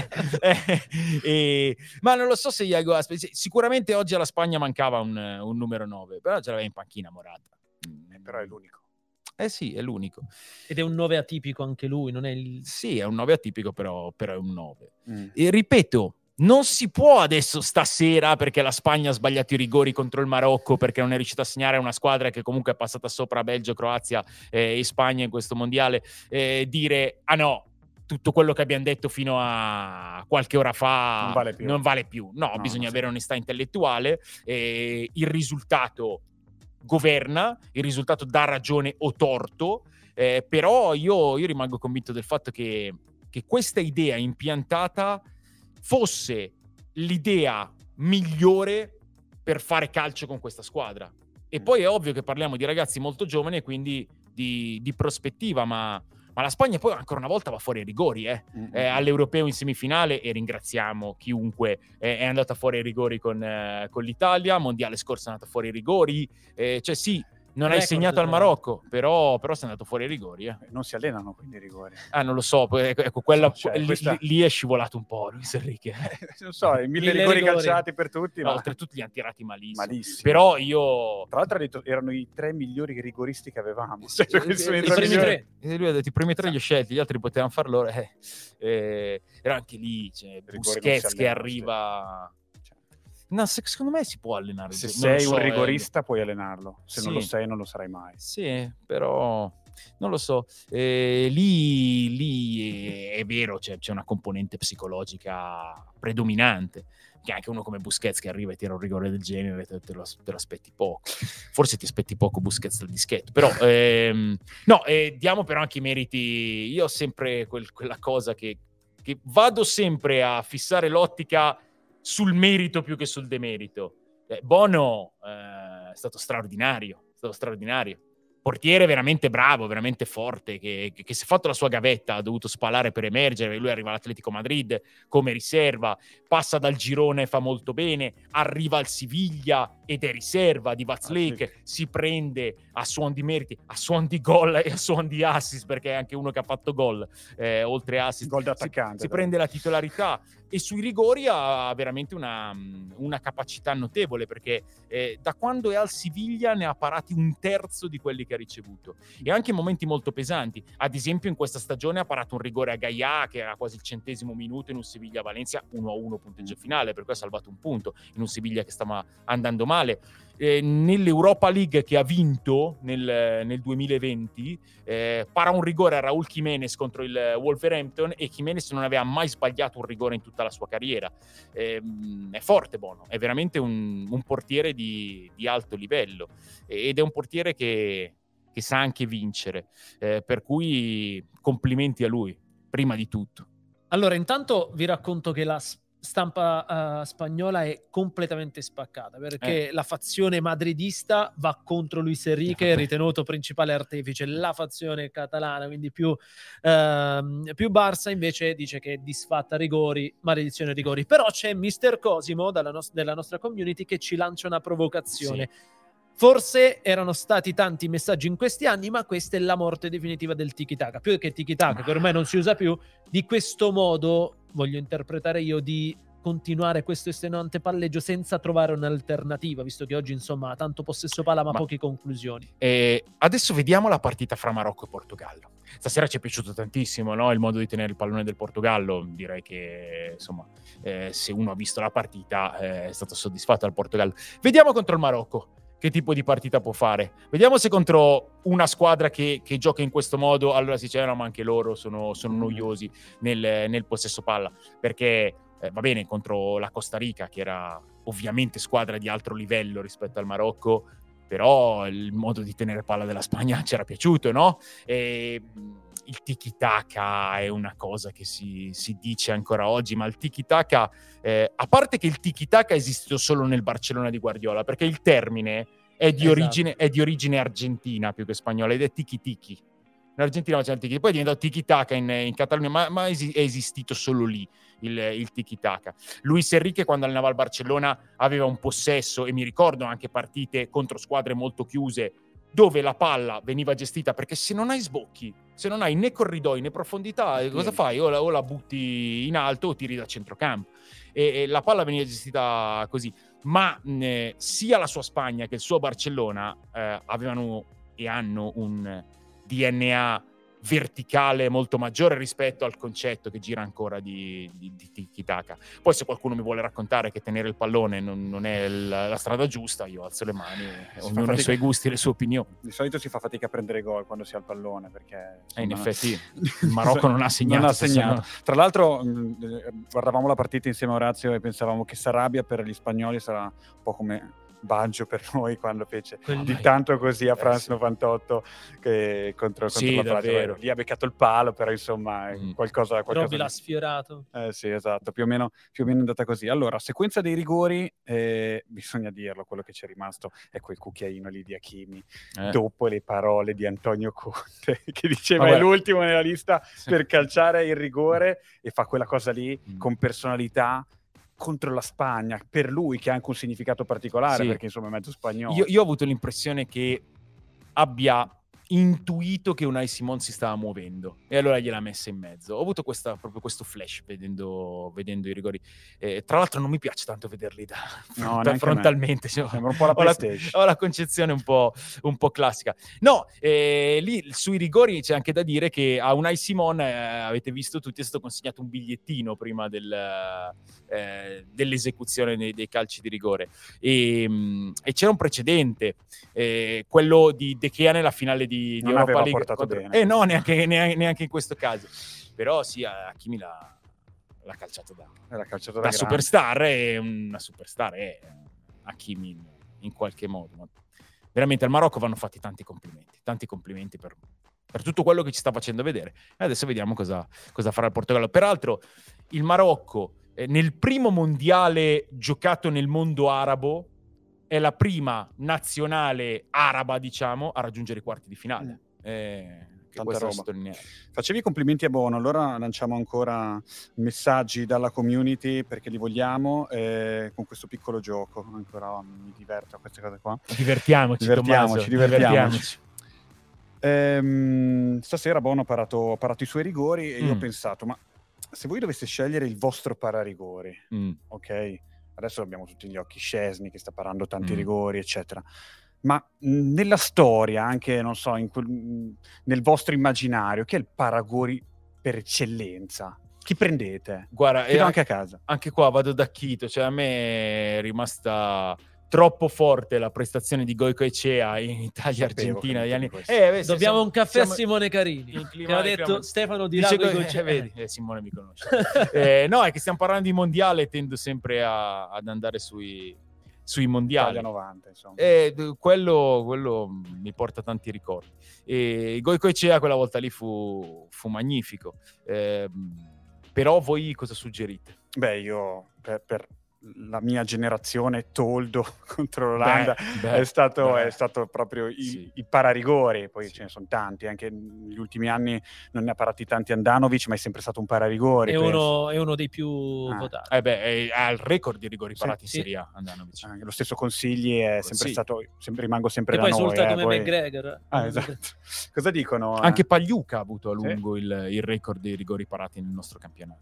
Ma non lo so se Iago Aspas, sicuramente oggi alla Spagna mancava un numero 9, però ce l'aveva in panchina Morata. Però è l'unico. Sì, è l'unico. Ed è un 9 atipico anche lui, non è il... Sì, è un 9 atipico, però è un 9. E ripeto, non si può adesso stasera, perché la Spagna ha sbagliato i rigori contro il Marocco, perché non è riuscita a segnare una squadra che comunque è passata sopra Belgio, Croazia e Spagna in questo mondiale, dire ah no, tutto quello che abbiamo detto fino a qualche ora fa non vale più. No, bisogna avere onestà intellettuale. Il risultato governa, il risultato dà ragione o torto, però io rimango convinto del fatto che questa idea impiantata fosse l'idea migliore per fare calcio con questa squadra. E poi è ovvio che parliamo di ragazzi molto giovani e quindi di prospettiva, ma la Spagna poi ancora una volta va fuori ai rigori, all'Europeo in semifinale, e ringraziamo chiunque è andata fuori ai rigori con l'Italia. Mondiale scorso è andata fuori ai rigori, cioè sì, non hai segnato al Marocco, però sei andato fuori ai rigori. Non si allenano quindi i rigori. Non lo so, ecco, lì è scivolato un po' Luis Enrique. Non so, i 1000 rigori calciati per tutti. No, oltretutto li hanno tirati malissimo. Però io... Tra l'altro erano i 3 migliori rigoristi che avevamo. I primi 3. E lui ha detto i primi 3 li ho scelti, gli altri potevano farlo. Era anche lì, Busquets che arriva... No, secondo me si può allenare. Se sei un rigorista puoi allenarlo, se non lo sei non lo sarai mai. Sì, però non lo so. Lì è vero, c'è una componente psicologica predominante. Che anche uno come Busquets che arriva e tira un rigore del genere te lo aspetti poco. Forse ti aspetti poco Busquets dal dischetto, però diamo però anche i meriti. Io ho sempre quella cosa che vado sempre a fissare l'ottica sul merito più che sul demerito. Bono è stato straordinario. Portiere veramente bravo, veramente forte, che si è fatto la sua gavetta, ha dovuto spalare per emergere. Lui arriva all'Atletico Madrid come riserva, passa dal girone, fa molto bene, arriva al Siviglia ed è riserva di Vazlek, si prende a suon di meriti, a suon di gol e a suon di assist, perché è anche uno che ha fatto gol, oltre assist, gol d'attaccante, si prende la titolarità. E sui rigori ha veramente una capacità notevole, perché da quando è al Siviglia ne ha parati un terzo di quelli che ha ricevuto, e anche in momenti molto pesanti. Ad esempio in questa stagione ha parato un rigore a Gaià che era quasi il 100° minuto in un Siviglia-Valencia 1-1 punteggio finale, per cui ha salvato un punto in un Siviglia che stava andando male. Nell'Europa League che ha vinto nel 2020 para un rigore a Raúl Jiménez contro il Wolverhampton, e Jiménez non aveva mai sbagliato un rigore in tutta la sua carriera. È forte Bono, è veramente un portiere di alto livello, ed è un portiere che sa anche vincere, per cui complimenti a lui prima di tutto. Allora, intanto vi racconto che la stampa spagnola è completamente spaccata, perché la fazione madridista va contro Luis Enrique, ritenuto principale artefice. La fazione catalana, quindi più Barça, invece dice che è disfatta rigori, maledizione rigori. Però c'è Mister Cosimo della nostra community che ci lancia una provocazione. Sì. Forse erano stati tanti messaggi in questi anni, ma questa è la morte definitiva del tiki-taka. Più che tiki-taka, che ormai non si usa più, di questo modo, voglio interpretare io, di continuare questo estenuante palleggio senza trovare un'alternativa, visto che oggi insomma ha tanto possesso palla ma poche conclusioni. Adesso vediamo la partita fra Marocco e Portogallo. Stasera ci è piaciuto tantissimo, no? Il modo di tenere il pallone del Portogallo. Direi che insomma se uno ha visto la partita è stato soddisfatto dal Portogallo. Vediamo contro il Marocco che tipo di partita può fare. Vediamo se contro una squadra che gioca in questo modo, allora si dice no, ma anche loro sono noiosi nel possesso palla, perché va bene contro la Costa Rica, che era ovviamente squadra di altro livello rispetto al Marocco, però il modo di tenere palla della Spagna ci era piaciuto, no? E il tiki-taka è una cosa che si dice ancora oggi, ma il tiki-taka, a parte che il tiki-taka è esistito solo nel Barcellona di Guardiola, perché il termine è di origine argentina più che spagnola, ed è tiki-tiki. In Argentina faceva il tiki, poi è diventato tiki-taka in Catalogna, ma è esistito solo lì il tiki-taka. Luis Enrique, quando allenava il Barcellona, aveva un possesso, e mi ricordo anche partite contro squadre molto chiuse, dove la palla veniva gestita, perché se non hai sbocchi, se non hai né corridoi né profondità, cosa fai? O la butti in alto o tiri da centrocampo. E la palla veniva gestita così. Ma sia la sua Spagna che il suo Barcellona avevano e hanno un DNA verticale molto maggiore rispetto al concetto che gira ancora di tiki-taka. Poi se qualcuno mi vuole raccontare che tenere il pallone non è la strada giusta, io alzo le mani, ognuno ha i suoi gusti e le sue opinioni. Di solito si fa fatica a prendere gol quando si ha il pallone, perché in effetti il Marocco non ha segnato. Non ha segnato. Tra l'altro guardavamo la partita insieme a Orazio e pensavamo che Sarabia per gli spagnoli sarà un po' come Baggio per noi quando fece di tanto così a France 98 che contro la Francia. Lì ha beccato il palo, però insomma qualcosa Robby l'ha sfiorato. Sì, esatto, più o meno è andata così. Allora, sequenza dei rigori, bisogna dirlo, quello che ci è rimasto è quel cucchiaino lì di Hakimi dopo le parole di Antonio Conte che diceva è l'ultimo nella lista per calciare il rigore, e fa quella cosa lì con personalità contro la Spagna, per lui che ha anche un significato particolare, perché insomma è mezzo spagnolo. Io ho avuto l'impressione che abbia intuito che Unai Simon si stava muovendo e allora gliel'ha messa in mezzo. Ho avuto proprio questo flash vedendo i rigori. Tra l'altro non mi piace tanto vederli frontalmente, sembra un po' la PlayStation. Ho la concezione un po' classica. No, lì sui rigori c'è anche da dire che a Unai Simon, avete visto tutti, è stato consegnato un bigliettino prima dell'esecuzione dei calci di rigore, e c'era un precedente, quello di De Gea nella finale di non Europa aveva League portato bene. No, neanche in questo caso. Però sì, Hakimi l'ha calciato da superstar, e una superstar è Hakimi in qualche modo. Ma veramente al Marocco vanno fatti tanti complimenti per tutto quello che ci sta facendo vedere. E adesso vediamo cosa farà il Portogallo. Peraltro il Marocco nel primo mondiale giocato nel mondo arabo è la prima nazionale araba, diciamo, a raggiungere i quarti di finale. Tanta roba. Facevi complimenti a Bono, allora lanciamo ancora messaggi dalla community perché li vogliamo, con questo piccolo gioco. Ancora mi diverto a queste cose qua. Divertiamoci. Stasera Bono ha parato i suoi rigori e io ho pensato, ma se voi doveste scegliere il vostro pararigori, ok? Adesso abbiamo tutti gli occhi Szczesny che sta parando tanti rigori, eccetera. Ma nella storia, anche, non so, nel vostro immaginario, chi è il paragori per eccellenza? Chi prendete? Guarda, chiedo anche a casa. Anche qua vado da Chito, cioè a me è rimasta troppo forte la prestazione di Goicoechea in Italia-Argentina degli anni. Dobbiamo un caffè a Simone Carini, che ha detto Stefano di Goicoechea. Vedi, Simone mi conosce. No, è che stiamo parlando di mondiale e tendo sempre ad andare sui mondiali. Italia 90, insomma. Quello mi porta tanti ricordi. E Goicoechea quella volta lì fu magnifico. Però voi cosa suggerite? Beh, io per la mia generazione Toldo contro l'Olanda è stato proprio i pararigori, poi ce ne sono tanti, anche negli ultimi anni non ne ha parati tanti Andanovic, ma è sempre stato un pararigori. È uno dei più votati. Ha il record di rigori parati in Serie A, Andanovic. Lo stesso Consigli è sempre stato, rimango sempre e da poi noi. Esulta come McGregor. Esatto. Cosa dicono? Anche Pagliuca ha avuto a lungo il record dei rigori parati nel nostro campionato.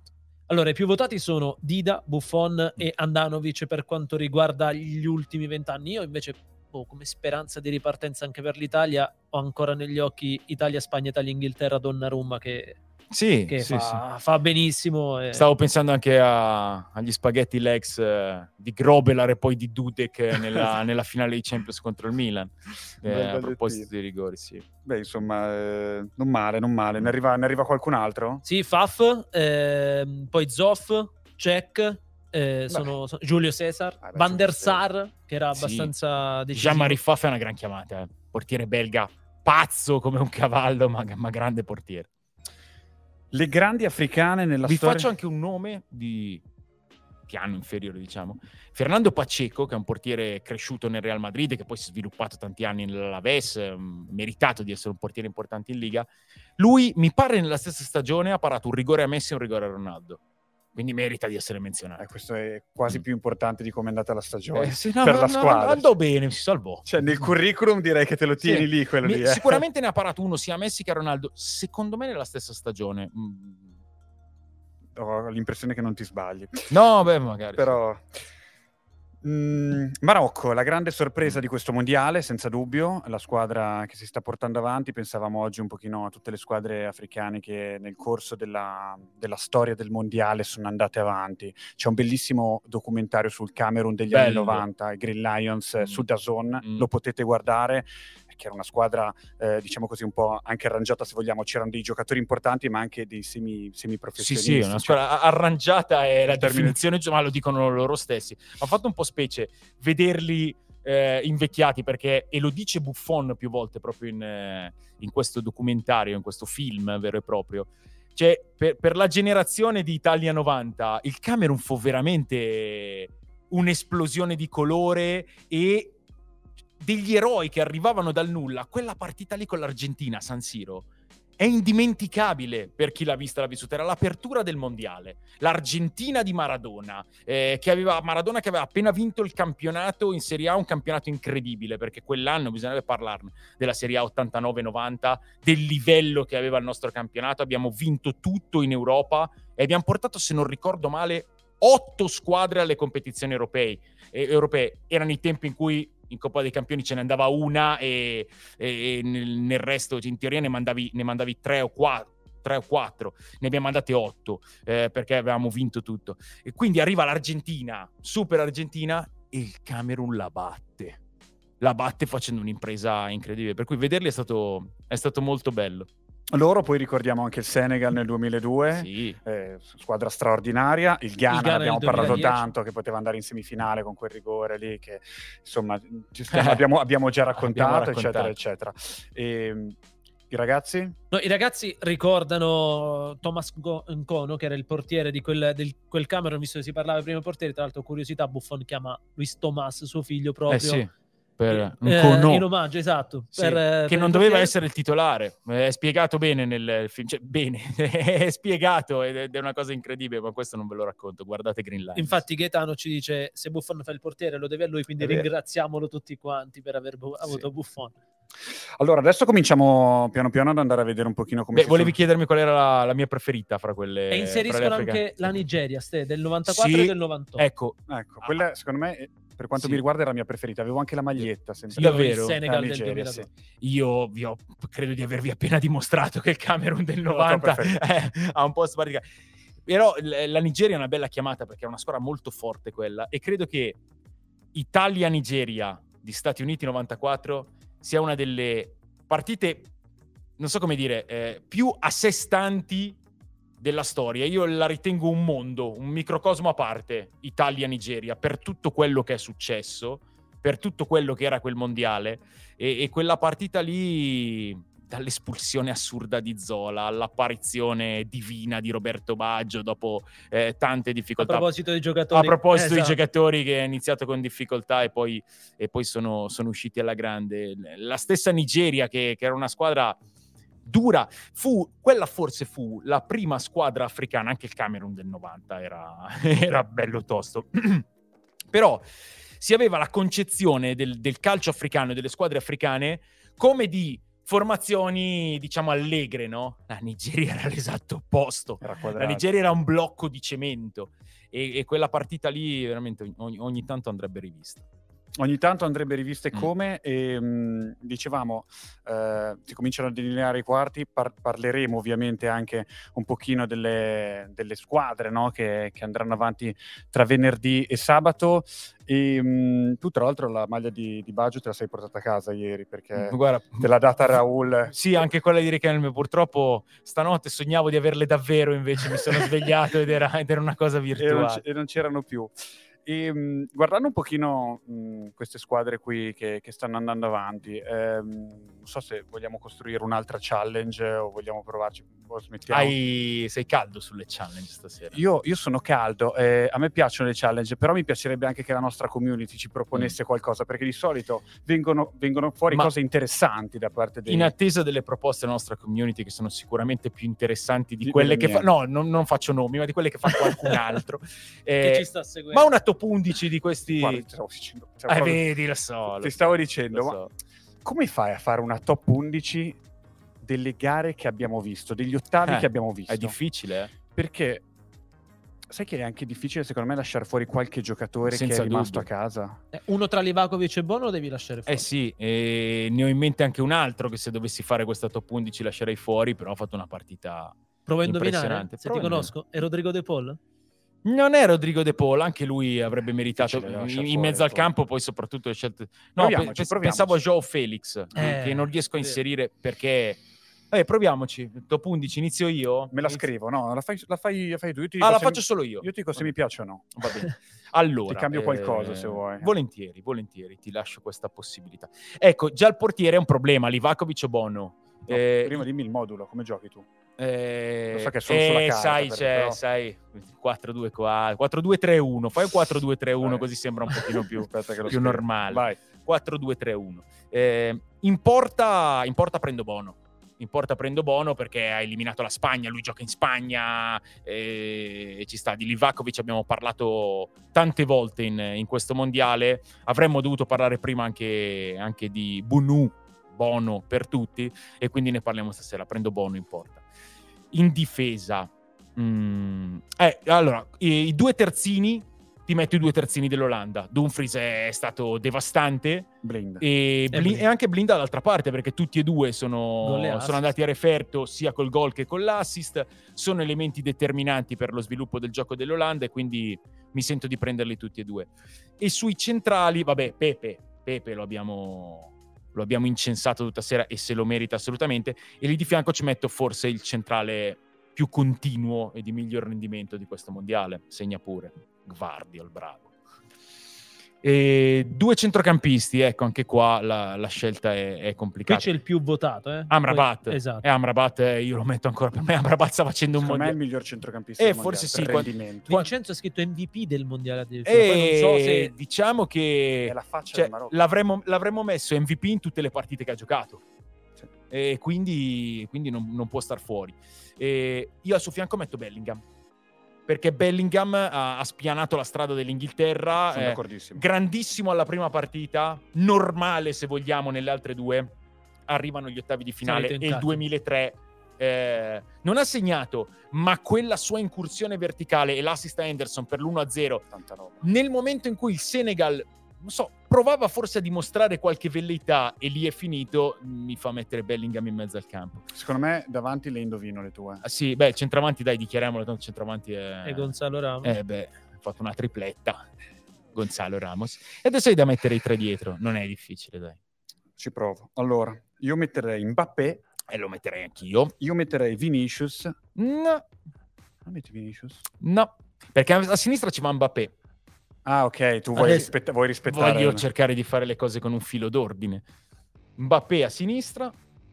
Allora, i più votati sono Dida, Buffon e Andanovic per quanto riguarda gli ultimi 20 anni. Io invece, come speranza di ripartenza anche per l'Italia, ho ancora negli occhi Italia, Spagna, Italia, Inghilterra, Donnarumma che fa benissimo. Stavo pensando anche agli spaghetti legs di Grobelar e poi di Dudek nella finale di Champions contro il Milan. A proposito dei rigori, sì. Beh, insomma, non male. Ne arriva qualcun altro? Sì, Faf, poi Zoff, Cech, sono Giulio Cesar, Van der Sar, che era abbastanza decisivo. Jean-Marie Faf è una gran chiamata, portiere belga, pazzo come un cavallo, ma grande portiere. Le grandi africane nella storia... Vi faccio anche un nome di piano inferiore, diciamo. Fernando Pacheco, che è un portiere cresciuto nel Real Madrid, che poi si è sviluppato tanti anni nell'Alaves, meritato di essere un portiere importante in Liga. Lui, mi pare, nella stessa stagione ha parato un rigore a Messi e un rigore a Ronaldo. Quindi merita di essere menzionato. Questo è quasi più importante di come è andata la stagione per la squadra. Andò bene, si salvò. Cioè, nel curriculum direi che te lo tieni lì, quello lì. Sicuramente ne ha parato uno sia a Messi che a Ronaldo. Secondo me nella stessa stagione. Ho l'impressione che non ti sbagli. No, beh, magari. Però... Marocco, la grande sorpresa di questo mondiale, senza dubbio, la squadra che si sta portando avanti. Pensavamo oggi un pochino a tutte le squadre africane che nel corso della storia del mondiale sono andate avanti. C'è un bellissimo documentario sul Camerun degli anni 90, i Green Lions, su DAZN, lo potete guardare, che era una squadra, diciamo così, un po' anche arrangiata, se vogliamo. C'erano dei giocatori importanti, ma anche dei semi-professionisti. Sì, una squadra arrangiata è la definizione, ma lo dicono loro stessi. Ha fatto un po' specie vederli invecchiati, perché, e lo dice Buffon più volte proprio in questo documentario, in questo film vero e proprio, cioè per la generazione di Italia 90 il Camerun fu veramente un'esplosione di colore e degli eroi che arrivavano dal nulla. Quella partita lì con l'Argentina a San Siro è indimenticabile per chi l'ha vista, l'ha vissuta. Era l'apertura del mondiale, l'Argentina di Maradona, che aveva appena vinto il campionato in Serie A, un campionato incredibile, perché quell'anno bisognerebbe parlarne della Serie A 89-90, del livello che aveva il nostro campionato. Abbiamo vinto tutto in Europa e abbiamo portato, se non ricordo male, 8 squadre alle competizioni europee. Erano i tempi in cui in Coppa dei Campioni ce ne andava una e nel resto, in teoria, ne mandavi 3 o 4. Ne abbiamo mandate 8 perché avevamo vinto tutto. E quindi arriva l'Argentina, super Argentina, e il Camerun la batte facendo un'impresa incredibile, per cui vederli è stato molto bello. Loro, poi ricordiamo anche il Senegal nel 2002, sì. Squadra straordinaria. Il Ghana abbiamo parlato 2010. tanto, che poteva andare in semifinale con quel rigore lì, che insomma abbiamo già raccontato, eccetera, eccetera. I ragazzi? No, i ragazzi ricordano Thomas Nkono, che era il portiere di quel Camerun, visto che si parlava prima di portieri. Tra l'altro, curiosità, Buffon chiama Luis Thomas, suo figlio, proprio. Sì. Per in omaggio, esatto, sì, che non doveva essere il titolare. È spiegato bene nel film, cioè, bene è spiegato ed è una cosa incredibile, ma questo non ve lo racconto. Guardate Green Line. Infatti Gaetano ci dice: se Buffon fa il portiere lo deve a lui, quindi ringraziamolo tutti quanti per aver avuto Buffon. Allora, adesso cominciamo piano piano ad andare a vedere un pochino come volevi chiedermi qual era la mia preferita fra quelle. E inseriscono anche la Nigeria, del 94 e del 98. Ecco, quella secondo me, per quanto mi riguarda, è la mia preferita. Avevo anche la maglietta, sempre. Davvero? Il Senegal del 2002. Io credo di avervi appena dimostrato che il Camerun del 90 ha un po' sbarricato. Però la Nigeria è una bella chiamata, perché è una squadra molto forte quella, e credo che Italia-Nigeria di Stati Uniti 94 sia una delle partite, non so come dire, più a sé stanti della storia. Io la ritengo un mondo, un microcosmo a parte, Italia-Nigeria, per tutto quello che è successo, per tutto quello che era quel mondiale, e quella partita lì, dall'espulsione assurda di Zola all'apparizione divina di Roberto Baggio dopo tante difficoltà. A proposito dei giocatori. Dei giocatori che hanno iniziato con difficoltà e poi sono usciti alla grande. La stessa Nigeria, che era una squadra dura, quella forse fu la prima squadra africana. Anche il Camerun del 90 era bello tosto. Però si aveva la concezione del calcio africano e delle squadre africane come di formazioni, diciamo, allegre, no? La Nigeria era l'esatto opposto. Era La quadrato. Nigeria era un blocco di cemento e quella partita lì veramente ogni tanto andrebbe rivista. Ogni tanto andrebbe riviste come, e dicevamo, si cominciano a delineare i quarti, parleremo ovviamente anche un pochino delle squadre, no? che andranno avanti tra venerdì e sabato, e tu tra l'altro la maglia di Baggio te la sei portata a casa ieri, perché Guarda, te l'ha data Raul. Sì, anche quella di Riquelme, purtroppo stanotte sognavo di averle davvero, invece mi sono svegliato ed era una cosa virtuale. E non c'erano più. E guardando un pochino queste squadre qui che stanno andando avanti, non so se vogliamo costruire un'altra challenge o vogliamo provarci, o smettiamo. Sei caldo sulle challenge stasera? Io sono caldo, a me piacciono le challenge, però mi piacerebbe anche che la nostra community ci proponesse qualcosa, perché di solito vengono fuori cose interessanti da parte dei... In attesa delle proposte della nostra community, che sono sicuramente più interessanti di quelle che fa... No, non faccio nomi, ma di quelle che fa qualcun altro. Che ci sta seguendo. Ma una top 11 di questi... Guarda, ti stavo dicendo, vedi, lo so. Ti stavo dicendo, lo so. ma come fai a fare una top 11 delle gare che abbiamo visto, degli ottavi che abbiamo visto? È difficile, Perché sai che è anche difficile secondo me lasciare fuori qualche giocatore senza che è rimasto dubbio a casa. Uno tra Livakovic e Bono lo devi lasciare fuori. Sì, e ne ho in mente anche un altro che se dovessi fare questa top 11 lascerei fuori, però ha fatto una partita Provo a indovinare, impressionante. se ti conosco. È Rodrigo De Paul? Non è Rodrigo De Paul, anche lui avrebbe meritato in mezzo al campo, poi soprattutto le scelte... No, pensavo a Joao Felix, che non riesco a inserire perché... proviamoci, top 11 inizio io. Me la scrivo, no? La fai tu. Io ti la faccio solo io. Io ti dico se mi piace o no. Va bene. Allora, ti cambio qualcosa se vuoi. Volentieri, ti lascio questa possibilità. Ecco, già il portiere è un problema, Livakovic o Bono? No, prima dimmi il modulo, come giochi tu? Lo so che è solo sulla carta, sai, 4-2-4, 4-2-3-1, fai un 4-2-3-1 così sembra un pochino più normale. Vai. 4-2-3-1. In porta prendo Bono. In porta prendo Bono perché ha eliminato la Spagna, lui gioca in Spagna e ci sta. Di Livakovic abbiamo parlato tante volte in questo mondiale, avremmo dovuto parlare prima anche di Bono per tutti, e quindi ne parliamo stasera. Prendo Bono in porta. In difesa allora i due terzini, ti metto i due terzini dell'Olanda. Dumfries è stato devastante, Blind. E anche Blind dall'altra parte, perché tutti e due sono andati a referto sia col gol che con l'assist, sono elementi determinanti per lo sviluppo del gioco dell'Olanda, e quindi mi sento di prenderli tutti e due. E sui centrali, vabbè, Pepe lo abbiamo incensato tutta sera e se lo merita assolutamente, e lì di fianco ci metto forse il centrale più continuo e di miglior rendimento di questo mondiale, segna pure Gvardiol, bravo. E due centrocampisti, ecco, anche qua la scelta è complicata. Qui c'è il più votato, Amrabat. Esatto. Amrabat, io lo metto ancora, per me Amrabat sta facendo un mondiale. Secondo me è il miglior centrocampista del forse mondiale, sì, per rendimento. Vincenzo ha scritto MVP del mondiale addirittura. Poi non so se... diciamo che è la faccia del Marocco. l'avremmo messo MVP in tutte le partite che ha giocato, sì. E quindi non può star fuori. Io al suo fianco metto Bellingham, perché Bellingham ha spianato la strada dell'Inghilterra. Sono d'accordissimo. Grandissimo alla prima partita, normale se vogliamo nelle altre due. Arrivano gli ottavi di finale e il 2003 non ha segnato, ma quella sua incursione verticale e l'assist a Henderson per l'1-0, nel momento in cui il Senegal, non so, provava forse a dimostrare qualche velleità e lì è finito, mi fa mettere Bellingham in mezzo al campo. Secondo me davanti le indovino le tue. Sì, beh, centravanti, dai, dichiariamolo, tanto centravanti è Gonzalo Ramos. Ha fatto una tripletta, Gonzalo Ramos. E adesso hai da mettere i tre dietro, non è difficile, dai. Ci provo. Allora, io metterei Mbappé. E lo metterei anch'io. Io metterei Vinicius. No. Non metti Vinicius? No, perché a sinistra ci va Mbappé. Ah, ok, tu vuoi rispettare. Voglio cercare di fare le cose con un filo d'ordine. Mbappé a sinistra.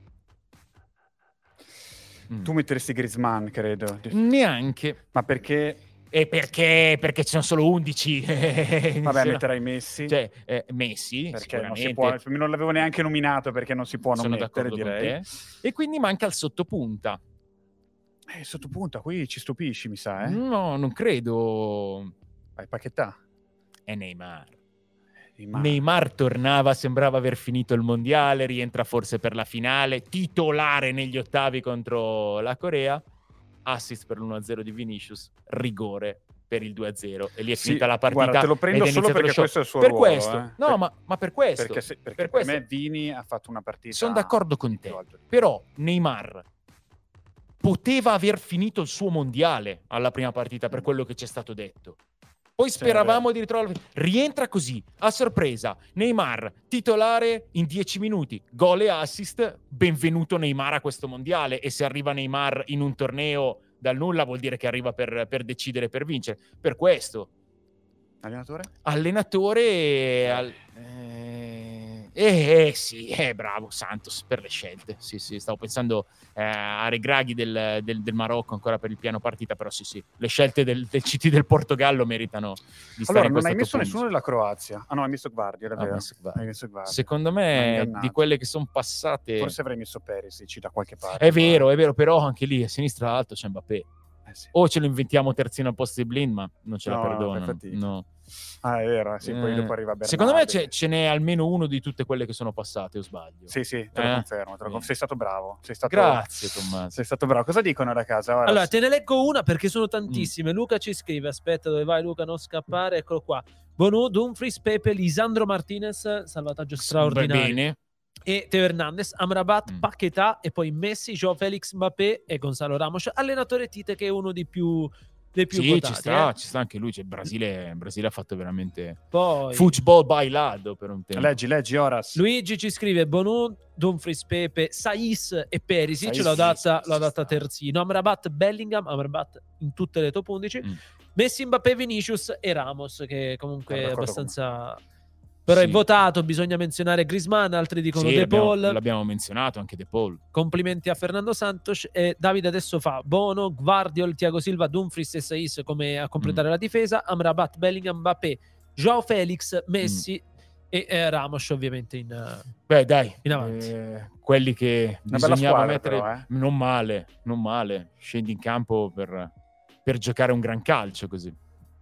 Tu metteresti Griezmann, credo. Neanche. Ma perché? Perché ci sono solo 11. Vabbè, metterai Messi. Cioè, Messi, perché non si può, non l'avevo neanche nominato, perché non si può non mettere, direi. E quindi manca il sottopunta. Sottopunta, qui ci stupisci, mi sa, No, non credo. Vai, Paquetá. È Neymar. Neymar tornava, sembrava aver finito il mondiale, rientra forse per la finale, titolare negli ottavi contro la Corea, assist per l'1-0 di Vinicius, rigore per il 2-0 e lì è finita la partita. Guarda, te lo prendo solo perché questo è il suo per ruolo. Questo. No, ma per questo. Perché per me Vini ha fatto una partita... Sono d'accordo con te, però Neymar poteva aver finito il suo mondiale alla prima partita per quello che ci è stato detto. Poi speravamo di ritrovarlo. Rientra così, a sorpresa. Neymar, titolare in 10 minuti. Gol e assist. Benvenuto Neymar a questo mondiale. E se arriva Neymar in un torneo dal nulla vuol dire che arriva per decidere, per vincere. Per questo. Allenatore... Sì, bravo Santos per le scelte. Sì, stavo pensando a Regraghi del Marocco ancora per il piano partita, però sì, le scelte del CT del Portogallo meritano di stare in questo top 11. Non hai messo nessuno della Croazia? Ah no, hai messo Gvardi, era vero. Hai messo Gvardi. Secondo me di quelle che sono passate... Forse avrei messo Perisic da qualche parte. È vero, però anche lì a sinistra all'alto c'è Mbappé. Sì. O ce lo inventiamo terzino al posto di Blind, ma non ce la perdono. No. Ah, è vero, sì, poi dopo arriva Bernardi. Secondo me ce n'è almeno uno di tutte quelle che sono passate, o sbaglio? Sì, te lo confermo. Sei stato bravo. Grazie, Tommaso. Sei stato bravo. Cosa dicono da casa? Ora allora, te ne leggo una perché sono tantissime. Luca ci scrive, aspetta, dove vai Luca? Non scappare, eccolo qua. Bono, Dumfries, Pepe, Lisandro Martinez, salvataggio straordinario. Bene. E Teo Hernandez, Amrabat, Paquetá e poi Messi, João Felix, Mbappé e Gonzalo Ramos. Allenatore Tite che è uno dei più votati. Ci sta anche lui. Cioè, Brasile ha fatto veramente poi football bailado per un tempo. Leggi Horas. Luigi ci scrive Bono, Dumfries, Pepe, Saiss e Perisic. L'ho data terzino. Amrabat, Bellingham, Amrabat in tutte le top 11. Messi, Mbappé, Vinicius e Ramos, che comunque è abbastanza... Però è votato, bisogna menzionare Griezmann, altri dicono De Paul. L'abbiamo menzionato, anche De Paul. Complimenti a Fernando Santos. E Davide adesso fa Bono, Gvardiol, Thiago Silva, Dumfries e Saiss come a completare la difesa, Amrabat, Bellingham, Mbappé, João Felix, Messi e Ramos ovviamente in avanti. Quelli che bisognava mettere però, non male. Scendi in campo per giocare un gran calcio così.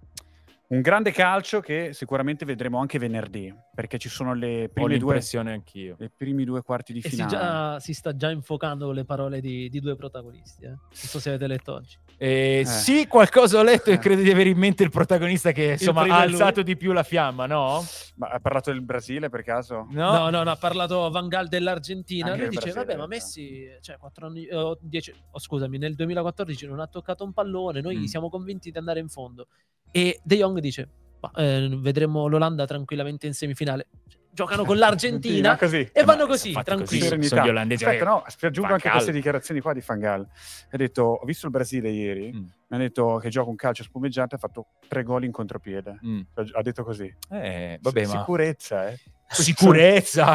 Un grande calcio che sicuramente vedremo anche venerdì, perché ci sono le prime anch'io. Le primi 2 quarti di finale. Si sta già infocando con le parole di 2 protagonisti. Non so se avete letto oggi. Sì, qualcosa ho letto e credo di avere in mente il protagonista che insomma ha alzato di più la fiamma, no? Ma ha parlato del Brasile per caso? No, ha parlato Van Gaal dell'Argentina. Lui dice, Brasile, vabbè, ma Messi, 4 anni, 10, scusami, nel 2014 non ha toccato un pallone, noi siamo convinti di andare in fondo. E De Jong dice, vedremo l'Olanda tranquillamente in semifinale. Giocano con l'Argentina così. E vanno così, tranquilli. Sono gli olandesi. Aspetta, no, aggiungo anche queste dichiarazioni qua di Van Gaal. Ha detto, ho visto il Brasile ieri, mi ha detto che gioca un calcio spumeggiante, ha fatto 3 gol in contropiede. Ha detto così. Vabbè, sicurezza, Sicurezza,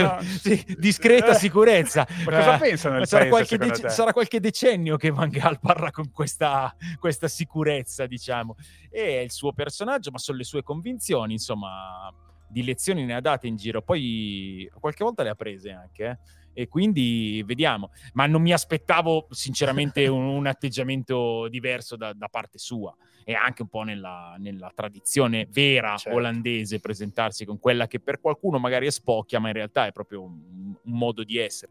discreta sicurezza. Ma cosa pensano nel paese, sarà qualche decennio che Van Gaal parla con questa sicurezza, diciamo. E è il suo personaggio, ma sono le sue convinzioni, insomma, di lezioni ne ha date in giro. Poi qualche volta le ha prese anche, e quindi vediamo. Ma non mi aspettavo sinceramente un atteggiamento diverso da parte sua. E anche un po' nella tradizione vera olandese presentarsi con quella che per qualcuno magari è spocchia, ma in realtà è proprio un modo di essere.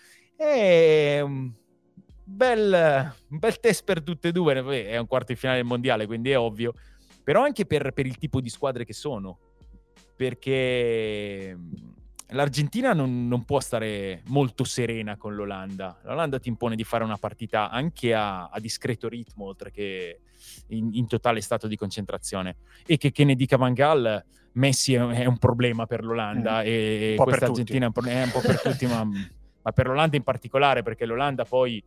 È un bel test per tutte e due. È un quarto di finale del mondiale, quindi è ovvio, però anche per il tipo di squadre che sono, perché l'Argentina non può stare molto serena con l'Olanda. L'Olanda ti impone di fare una partita anche a discreto ritmo, oltre che in totale stato di concentrazione. E che ne dica Van Gaal, Messi è un problema per l'Olanda, e questa Argentina è un po' per tutti, ma per l'Olanda in particolare, perché l'Olanda poi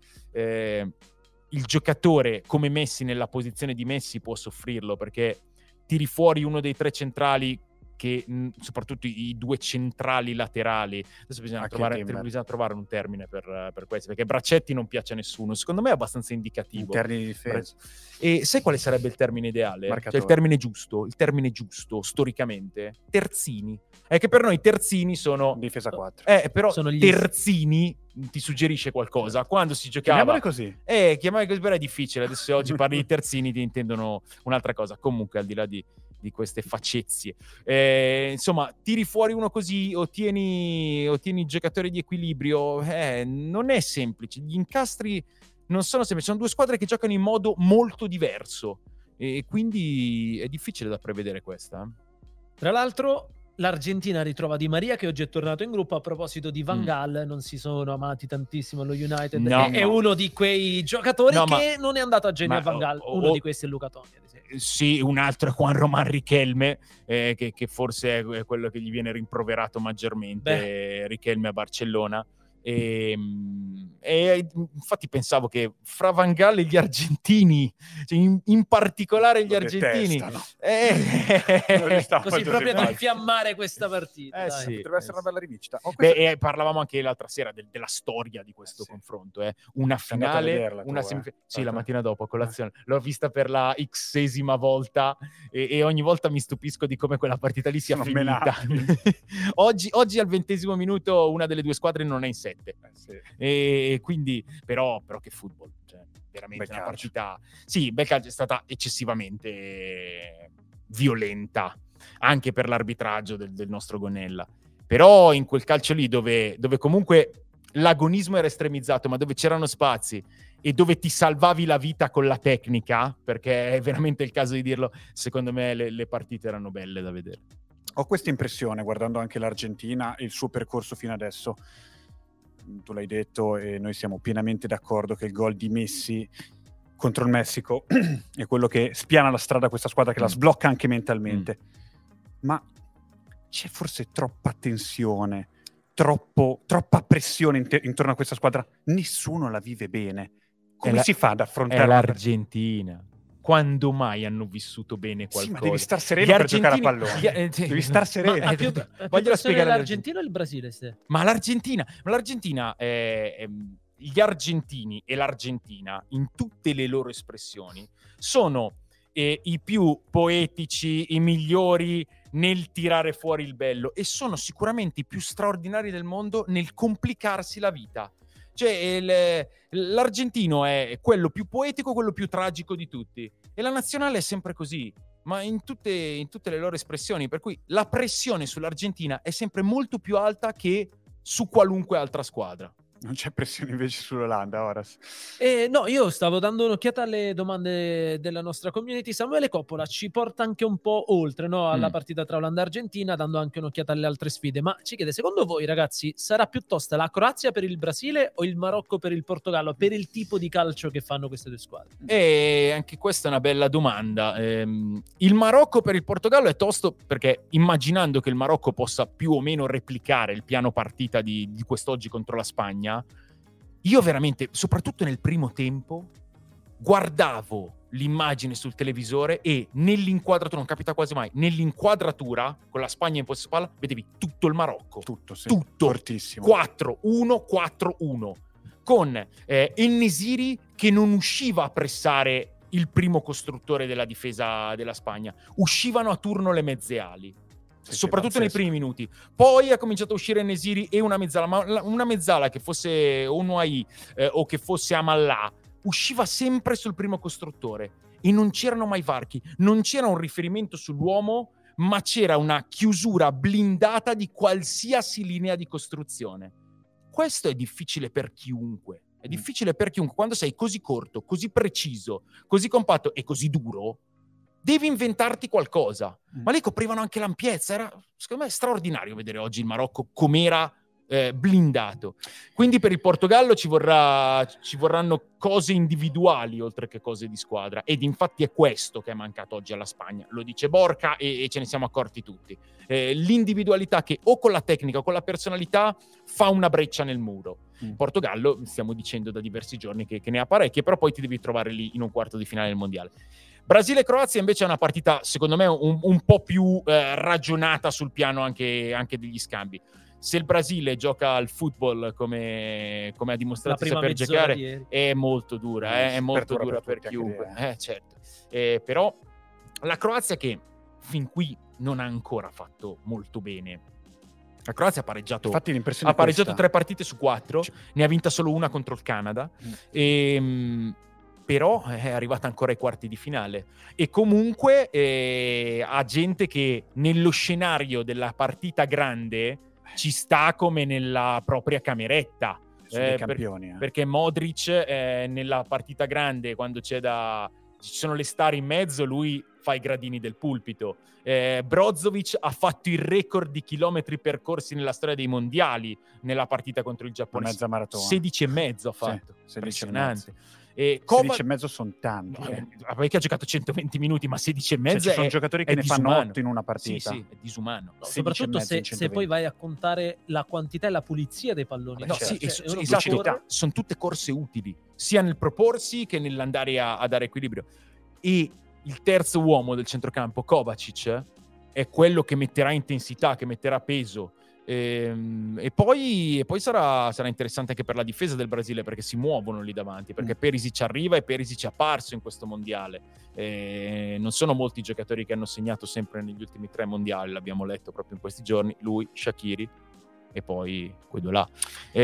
il giocatore come Messi nella posizione di Messi può soffrirlo, perché tiri fuori uno dei 3 centrali, che soprattutto i 2 centrali laterali. Adesso bisogna trovare un termine per questo, perché Bracetti non piace a nessuno. Secondo me è abbastanza indicativo. In termini di difesa. E sai quale sarebbe il termine ideale? Marcatore. Cioè il termine giusto storicamente? Terzini. È che per noi terzini sono difesa 4. Però sono terzini ti suggerisce qualcosa. Quando si giocava chiamare così. Chiamare così, però è difficile. Adesso oggi parli di terzini, ti intendono un'altra cosa. Comunque, al di là di di queste facezie. Insomma, tiri fuori uno così, ottieni giocatori di equilibrio, non è semplice. Gli incastri non sono semplici, sono due squadre che giocano in modo molto diverso e quindi è difficile da prevedere questa. Tra l'altro l'Argentina ritrova Di Maria, che oggi è tornato in gruppo. A proposito di Van Gaal, non si sono amati tantissimo lo United. È uno di quei giocatori che non è andato a genio a Van Gaal. Uno di questi è Luca Toni, ad esempio. Sì, un altro è Juan Román Riquelme, che forse è quello che gli viene rimproverato maggiormente. Riquelme a Barcellona. E infatti pensavo che fra Van Gaal e gli argentini, cioè in particolare gli argentini, così proprio da infiammare questa partita. Sì, potrebbe essere una bella rivincita. Parlavamo anche l'altra sera della storia di questo confronto. Una finale, la mattina dopo a colazione. L'ho vista per la xesima volta e ogni volta mi stupisco di come quella partita lì sia finita. oggi al 20° minuto una delle due squadre non è in 7. E quindi però che football, cioè veramente una partita. Sì, Becca è stata eccessivamente violenta anche per l'arbitraggio del nostro Gonella, però in quel calcio lì dove comunque l'agonismo era estremizzato, ma dove c'erano spazi e dove ti salvavi la vita con la tecnica, perché è veramente il caso di dirlo, secondo me le partite erano belle da vedere. Ho questa impressione guardando anche l'Argentina e il suo percorso fino adesso. Tu l'hai detto e noi siamo pienamente d'accordo che il gol di Messi contro il Messico è quello che spiana la strada a questa squadra, che la sblocca anche mentalmente. Ma c'è forse troppa tensione, troppa pressione intorno a questa squadra. Nessuno la vive bene. Come si fa ad affrontare? È l'Argentina. Quando mai hanno vissuto bene qualcosa? Sì, ma devi star sereno per giocare a pallone. Devi star sereno. Voglio spiegare l'Argentina o il Brasile? Ma l'Argentina, gli argentini e l'Argentina, in tutte le loro espressioni, sono i più poetici, i migliori nel tirare fuori il bello e sono sicuramente i più straordinari del mondo nel complicarsi la vita. Cioè l'argentino è quello più poetico, quello più tragico di tutti, e la nazionale è sempre così, ma in tutte le loro espressioni, per cui la pressione sull'Argentina è sempre molto più alta che su qualunque altra squadra. Non c'è pressione invece sull'Olanda, Horace. No, io stavo dando un'occhiata alle domande della nostra community. Samuele Coppola ci porta anche un po' oltre, no, alla partita tra Olanda e Argentina, dando anche un'occhiata alle altre sfide. Ma ci chiede, secondo voi, ragazzi, sarà più tosta la Croazia per il Brasile o il Marocco per il Portogallo, per il tipo di calcio che fanno queste due squadre? E anche questa è una bella domanda. Il Marocco per il Portogallo è tosto perché, immaginando che il Marocco possa più o meno replicare il piano partita di quest'oggi contro la Spagna, io veramente, soprattutto nel primo tempo, guardavo l'immagine sul televisore e nell'inquadratura, non capita quasi mai, nell'inquadratura con la Spagna in possesso palla vedevi tutto il Marocco, tutto fortissimo, 4-1 con En-Nesyri che non usciva a pressare il primo costruttore della difesa della Spagna, uscivano a turno le mezze ali, soprattutto nei primi minuti. Poi ha cominciato a uscire En-Nesyri e una mezzala, ma una mezzala che fosse Ounahi o che fosse Amallah usciva sempre sul primo costruttore e non c'erano mai varchi, non c'era un riferimento sull'uomo, ma c'era una chiusura blindata di qualsiasi linea di costruzione. Questo è difficile per chiunque. È difficile per chiunque. Quando sei così corto, così preciso, così compatto e così duro, devi inventarti qualcosa. Ma lì coprivano anche l'ampiezza. Era, secondo me, straordinario vedere oggi il Marocco com'era blindato. Quindi per il Portogallo ci vorranno cose individuali oltre che cose di squadra, ed infatti è questo che è mancato oggi alla Spagna. Lo dice Borca e ce ne siamo accorti tutti. L'individualità che o con la tecnica o con la personalità fa una breccia nel muro. Portogallo, stiamo dicendo da diversi giorni che ne ha parecchie, però poi ti devi trovare lì in un quarto di finale del mondiale. Brasile e Croazia invece è una partita, secondo me, un po' più ragionata sul piano anche degli scambi. Se il Brasile gioca al football come ha dimostrato di saper giocare, è molto dura, è molto dura per chiunque. Certo. Però la Croazia, che fin qui non ha ancora fatto molto bene. La Croazia ha pareggiato 3 partite su 4, ne ha vinta solo una contro il Canada. però è arrivata ancora ai quarti di finale e comunque ha gente che nello scenario della partita grande ci sta come nella propria cameretta. Sono dei campioni. Perché Modric nella partita grande, quando ci sono le star in mezzo, lui fa i gradini del pulpito. Brozovic ha fatto il record di chilometri percorsi nella storia dei mondiali nella partita contro il Giappone. Mezza maratona. 16,5 ha fatto. Sì, impressionante. 16,5 sono tanti. Perché ha giocato 120 minuti, ma 16,5 ci sono giocatori che ne fanno 8 in una partita. Sì, è disumano. No, soprattutto se poi vai a contare la quantità e la pulizia dei palloni. Esatto, sono tutte corse utili, sia nel proporsi che nell'andare a dare equilibrio. E il terzo uomo del centrocampo, Kovacic, è quello che metterà intensità, che metterà peso. E poi sarà interessante anche per la difesa del Brasile, perché si muovono lì davanti, perché Perisic arriva e Perisic è apparso in questo mondiale. Non sono molti i giocatori che hanno segnato sempre negli ultimi 3 mondiali, l'abbiamo letto proprio in questi giorni, lui, Shaqiri e poi quei due là.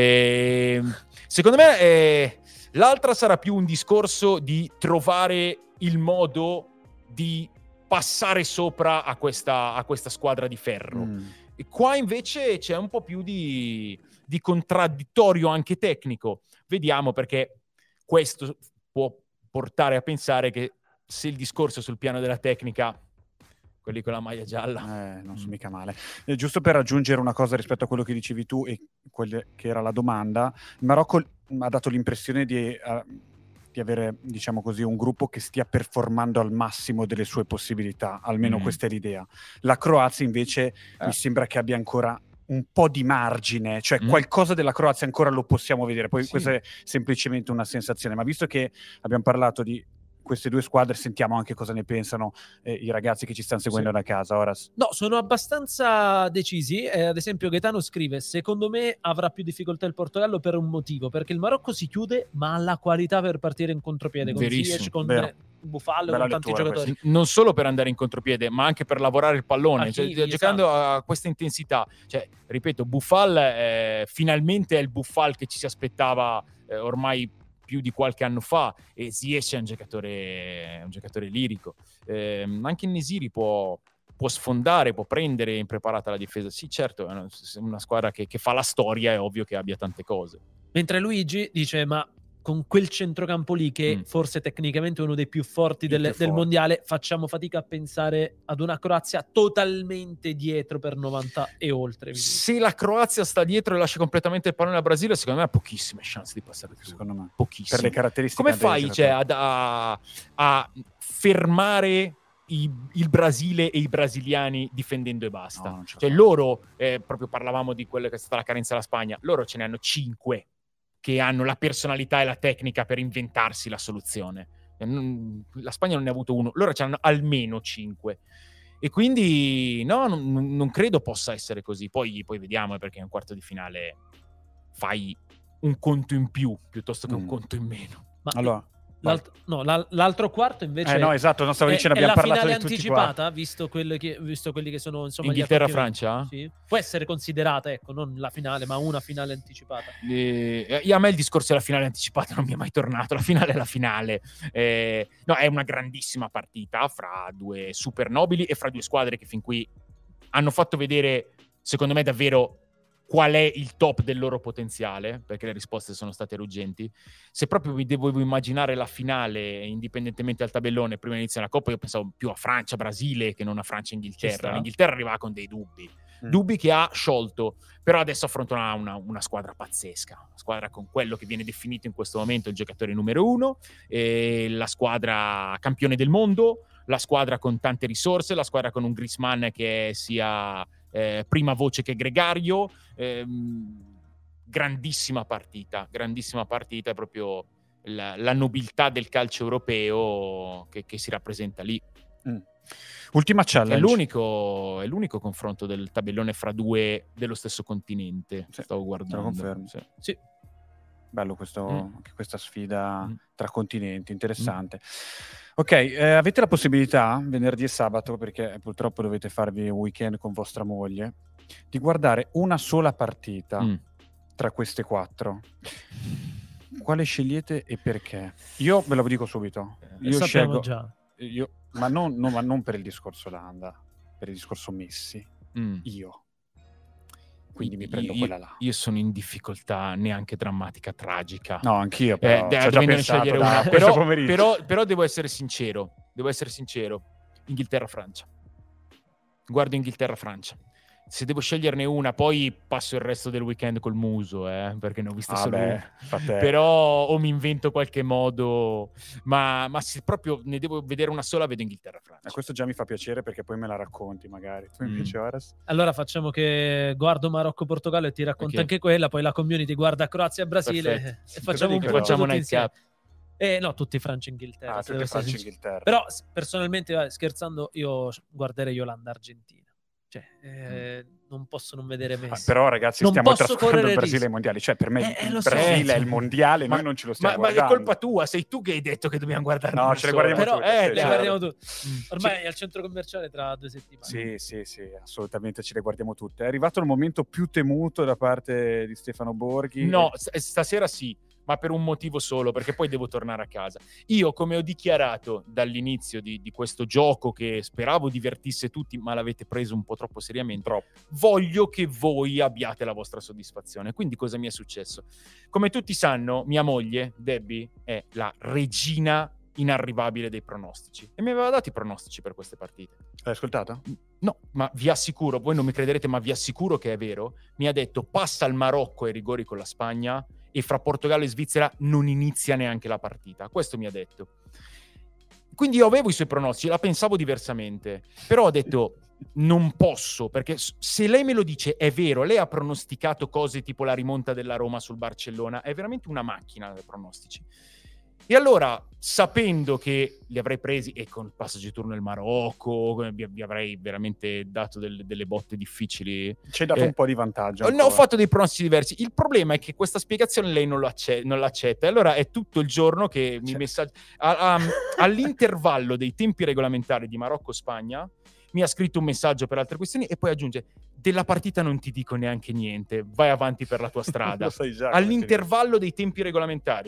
Secondo me l'altra sarà più un discorso di trovare il modo di passare sopra a questa squadra di ferro. E qua invece c'è un po' più di contraddittorio anche tecnico. Vediamo, perché questo può portare a pensare che se il discorso è sul piano della tecnica, quelli con la maglia gialla non sono mica male. Giusto per aggiungere una cosa rispetto a quello che dicevi tu e quella che era la domanda, il Marocco ha dato l'impressione di avere, diciamo così, un gruppo che stia performando al massimo delle sue possibilità, almeno questa è l'idea. La Croazia invece mi sembra che abbia ancora un po' di margine, cioè qualcosa della Croazia ancora lo possiamo vedere, poi questa è semplicemente una sensazione, ma visto che abbiamo parlato di queste due squadre, sentiamo anche cosa ne pensano i ragazzi che ci stanno seguendo da casa. Oras. No, sono abbastanza decisi. Ad esempio Gaetano scrive: secondo me avrà più difficoltà il Portogallo per un motivo, perché il Marocco si chiude ma ha la qualità per partire in contropiede con Ziyech, con Buffal, con tanti giocatori. Non solo per andare in contropiede, ma anche per lavorare il pallone, giocando a questa intensità. Cioè, ripeto, Buffal finalmente è il Buffal che ci si aspettava ormai più di qualche anno fa, e Ziyech è un giocatore lirico. Anche Nesiri può sfondare, può prendere impreparata la difesa. Sì, certo, è una squadra che fa la storia, è ovvio che abbia tante cose. Mentre Luigi dice: ma con quel centrocampo lì, che forse tecnicamente è uno dei più forti del mondiale, facciamo fatica a pensare ad una Croazia totalmente dietro per 90 e oltre. Se la Croazia sta dietro e lascia completamente il pallone al Brasile, secondo me ha pochissime chance di passare through. Secondo me. Pochissime. Per le caratteristiche. Come fai a fermare il Brasile e i brasiliani difendendo e basta? No, cioè loro, proprio parlavamo di quella che è stata la carenza della Spagna, loro ce ne hanno 5 che hanno la personalità e la tecnica per inventarsi la soluzione. La Spagna non ne ha avuto uno, loro ce n'hanno almeno 5. E quindi no, non credo possa essere così. Poi vediamo, perché in un quarto di finale fai un conto in più piuttosto che un conto in meno. Ma allora, l'altro quarto invece no, esatto, non stavo dicendo, abbiamo parlato di tutti anticipata, visto quelli che sono, insomma, Inghilterra-Francia? Sì. Può essere considerata, ecco, non la finale, ma una finale anticipata. A me il discorso della finale anticipata non mi è mai tornato. La finale è la finale. No, è una grandissima partita fra due super nobili e fra due squadre che fin qui hanno fatto vedere, secondo me, davvero qual è il top del loro potenziale, perché le risposte sono state ruggenti. Se proprio vi devo immaginare la finale, indipendentemente dal tabellone, prima inizia la Coppa, io pensavo più a Francia-Brasile che non a Francia-Inghilterra. L'Inghilterra arrivava con dei dubbi che ha sciolto, però adesso affronta una squadra pazzesca, una squadra con quello che viene definito in questo momento il giocatore numero 1, la squadra campione del mondo, la squadra con tante risorse, la squadra con un Griezmann che sia prima voce che gregario. Grandissima partita, è proprio la nobiltà del calcio europeo che si rappresenta lì. Ultima challenge. È l'unico confronto del tabellone fra due dello stesso continente. Sì, stavo guardando. Lo confermo. Sì. Bello anche questa sfida tra continenti, interessante. Ok, avete la possibilità venerdì e sabato, perché purtroppo dovete farvi un weekend con vostra moglie, di guardare una sola partita tra queste 4. Quale scegliete e perché? Io ve lo dico subito. Io sappiamo scelgo già. ma non per il discorso Landa, per il discorso Messi. Io. Quindi mi prendo quella là. Io sono in difficoltà neanche drammatica, tragica. No, anch'io però. Ci ho già dovendo pensato scegliere da una. questo pomeriggio. Però devo essere sincero. Inghilterra-Francia. Guardo Inghilterra-Francia. Se devo sceglierne una, poi passo il resto del weekend col muso, perché ne ho viste solo una. Però o mi invento qualche modo, ma se proprio ne devo vedere una sola, vedo Inghilterra-Francia. Questo già mi fa piacere perché poi me la racconti magari. Tu invece Horace? Allora facciamo che guardo Marocco-Portogallo e ti racconto anche quella, poi la community guarda Croazia-Brasile e facciamo un po' facciamo tutti Night Cup. No, tutti Francia-Inghilterra. Tutti Francia-Inghilterra. Però personalmente, scherzando, io guarderei Olanda-Argentina. Cioè, non posso non vedere Messi. Però ragazzi, non stiamo posso trascurando il Brasile ai mondiali. Cioè, per me il Brasile è il mondiale, noi non ce lo stiamo guardando. Ma è colpa tua, sei tu che hai detto che dobbiamo guardare. No, ce le guardiamo però, tutte. le guardiamo tutte. Ormai è al centro commerciale tra 2 settimane. Sì, assolutamente ce le guardiamo tutte. È arrivato il momento più temuto da parte di Stefano Borghi. No, stasera sì, ma per un motivo solo, perché poi devo tornare a casa. Io, come ho dichiarato dall'inizio di questo gioco che speravo divertisse tutti, ma l'avete preso un po' troppo seriamente, voglio che voi abbiate la vostra soddisfazione. Quindi cosa mi è successo? Come tutti sanno, mia moglie, Debbie, è la regina inarrivabile dei pronostici e mi aveva dato i pronostici per queste partite. L'hai ascoltato? No, ma vi assicuro, voi non mi crederete, ma vi assicuro che è vero. Mi ha detto: passa il Marocco ai rigori con la Spagna e fra Portogallo e Svizzera non inizia neanche la partita. Questo mi ha detto. Quindi io avevo i suoi pronostici, la pensavo diversamente, però ho detto non posso, perché se lei me lo dice è vero, lei ha pronosticato cose tipo la rimonta della Roma sul Barcellona, è veramente una macchina dei pronostici. E allora, sapendo che li avrei presi e con il passaggio di turno del Marocco vi avrei veramente dato delle botte difficili, ci hai dato un po' di vantaggio. No, ho fatto dei pronostici diversi. Il problema è che questa spiegazione lei non l'accetta. Allora è tutto il giorno che mi messaggia all'intervallo dei tempi regolamentari di Marocco-Spagna. Mi ha scritto un messaggio per altre questioni e poi aggiunge: della partita non ti dico neanche niente, vai avanti per la tua strada. Lo sai già, all'intervallo dei tempi regolamentari,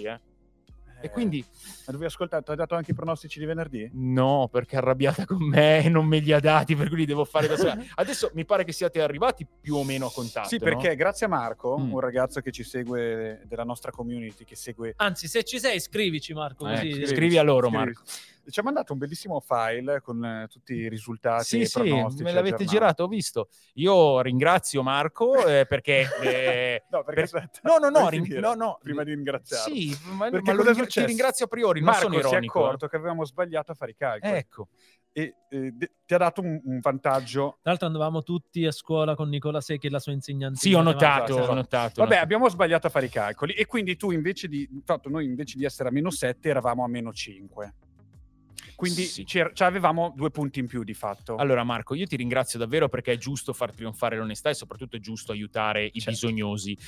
E quindi ma dovevi ascoltare, ti ha dato anche i pronostici di venerdì? No, perché è arrabbiata con me e non me li ha dati, per cui li devo fare da sola. Adesso mi pare che siate arrivati più o meno a contatto. Sì, perché grazie a Marco, un ragazzo che ci segue della nostra community, che segue... Anzi, se ci sei, scrivici Marco. Così scrivi a loro, Marco. Ci ha mandato un bellissimo file con tutti i risultati e sì, pronostici. me l'avete girato, ho visto. Io ringrazio Marco perché... no, perché aspetta. No. Prima di ringraziarlo. Sì, ma ti ringrazio a priori, Marco non sono ironico. Si è accorto che avevamo sbagliato a fare i calcoli. Ecco. E ti ha dato un vantaggio. Tra l'altro andavamo tutti a scuola con Nicola Secchi e la sua insegnante. Sì, ho notato. Vabbè, abbiamo sbagliato a fare i calcoli e quindi tu invece noi invece di essere a -7 eravamo a -5. Quindi avevamo 2 punti in più di fatto. Allora Marco, io ti ringrazio davvero perché è giusto far trionfare l'onestà e soprattutto è giusto aiutare i bisognosi.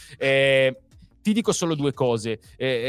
Ti dico solo 2 cose.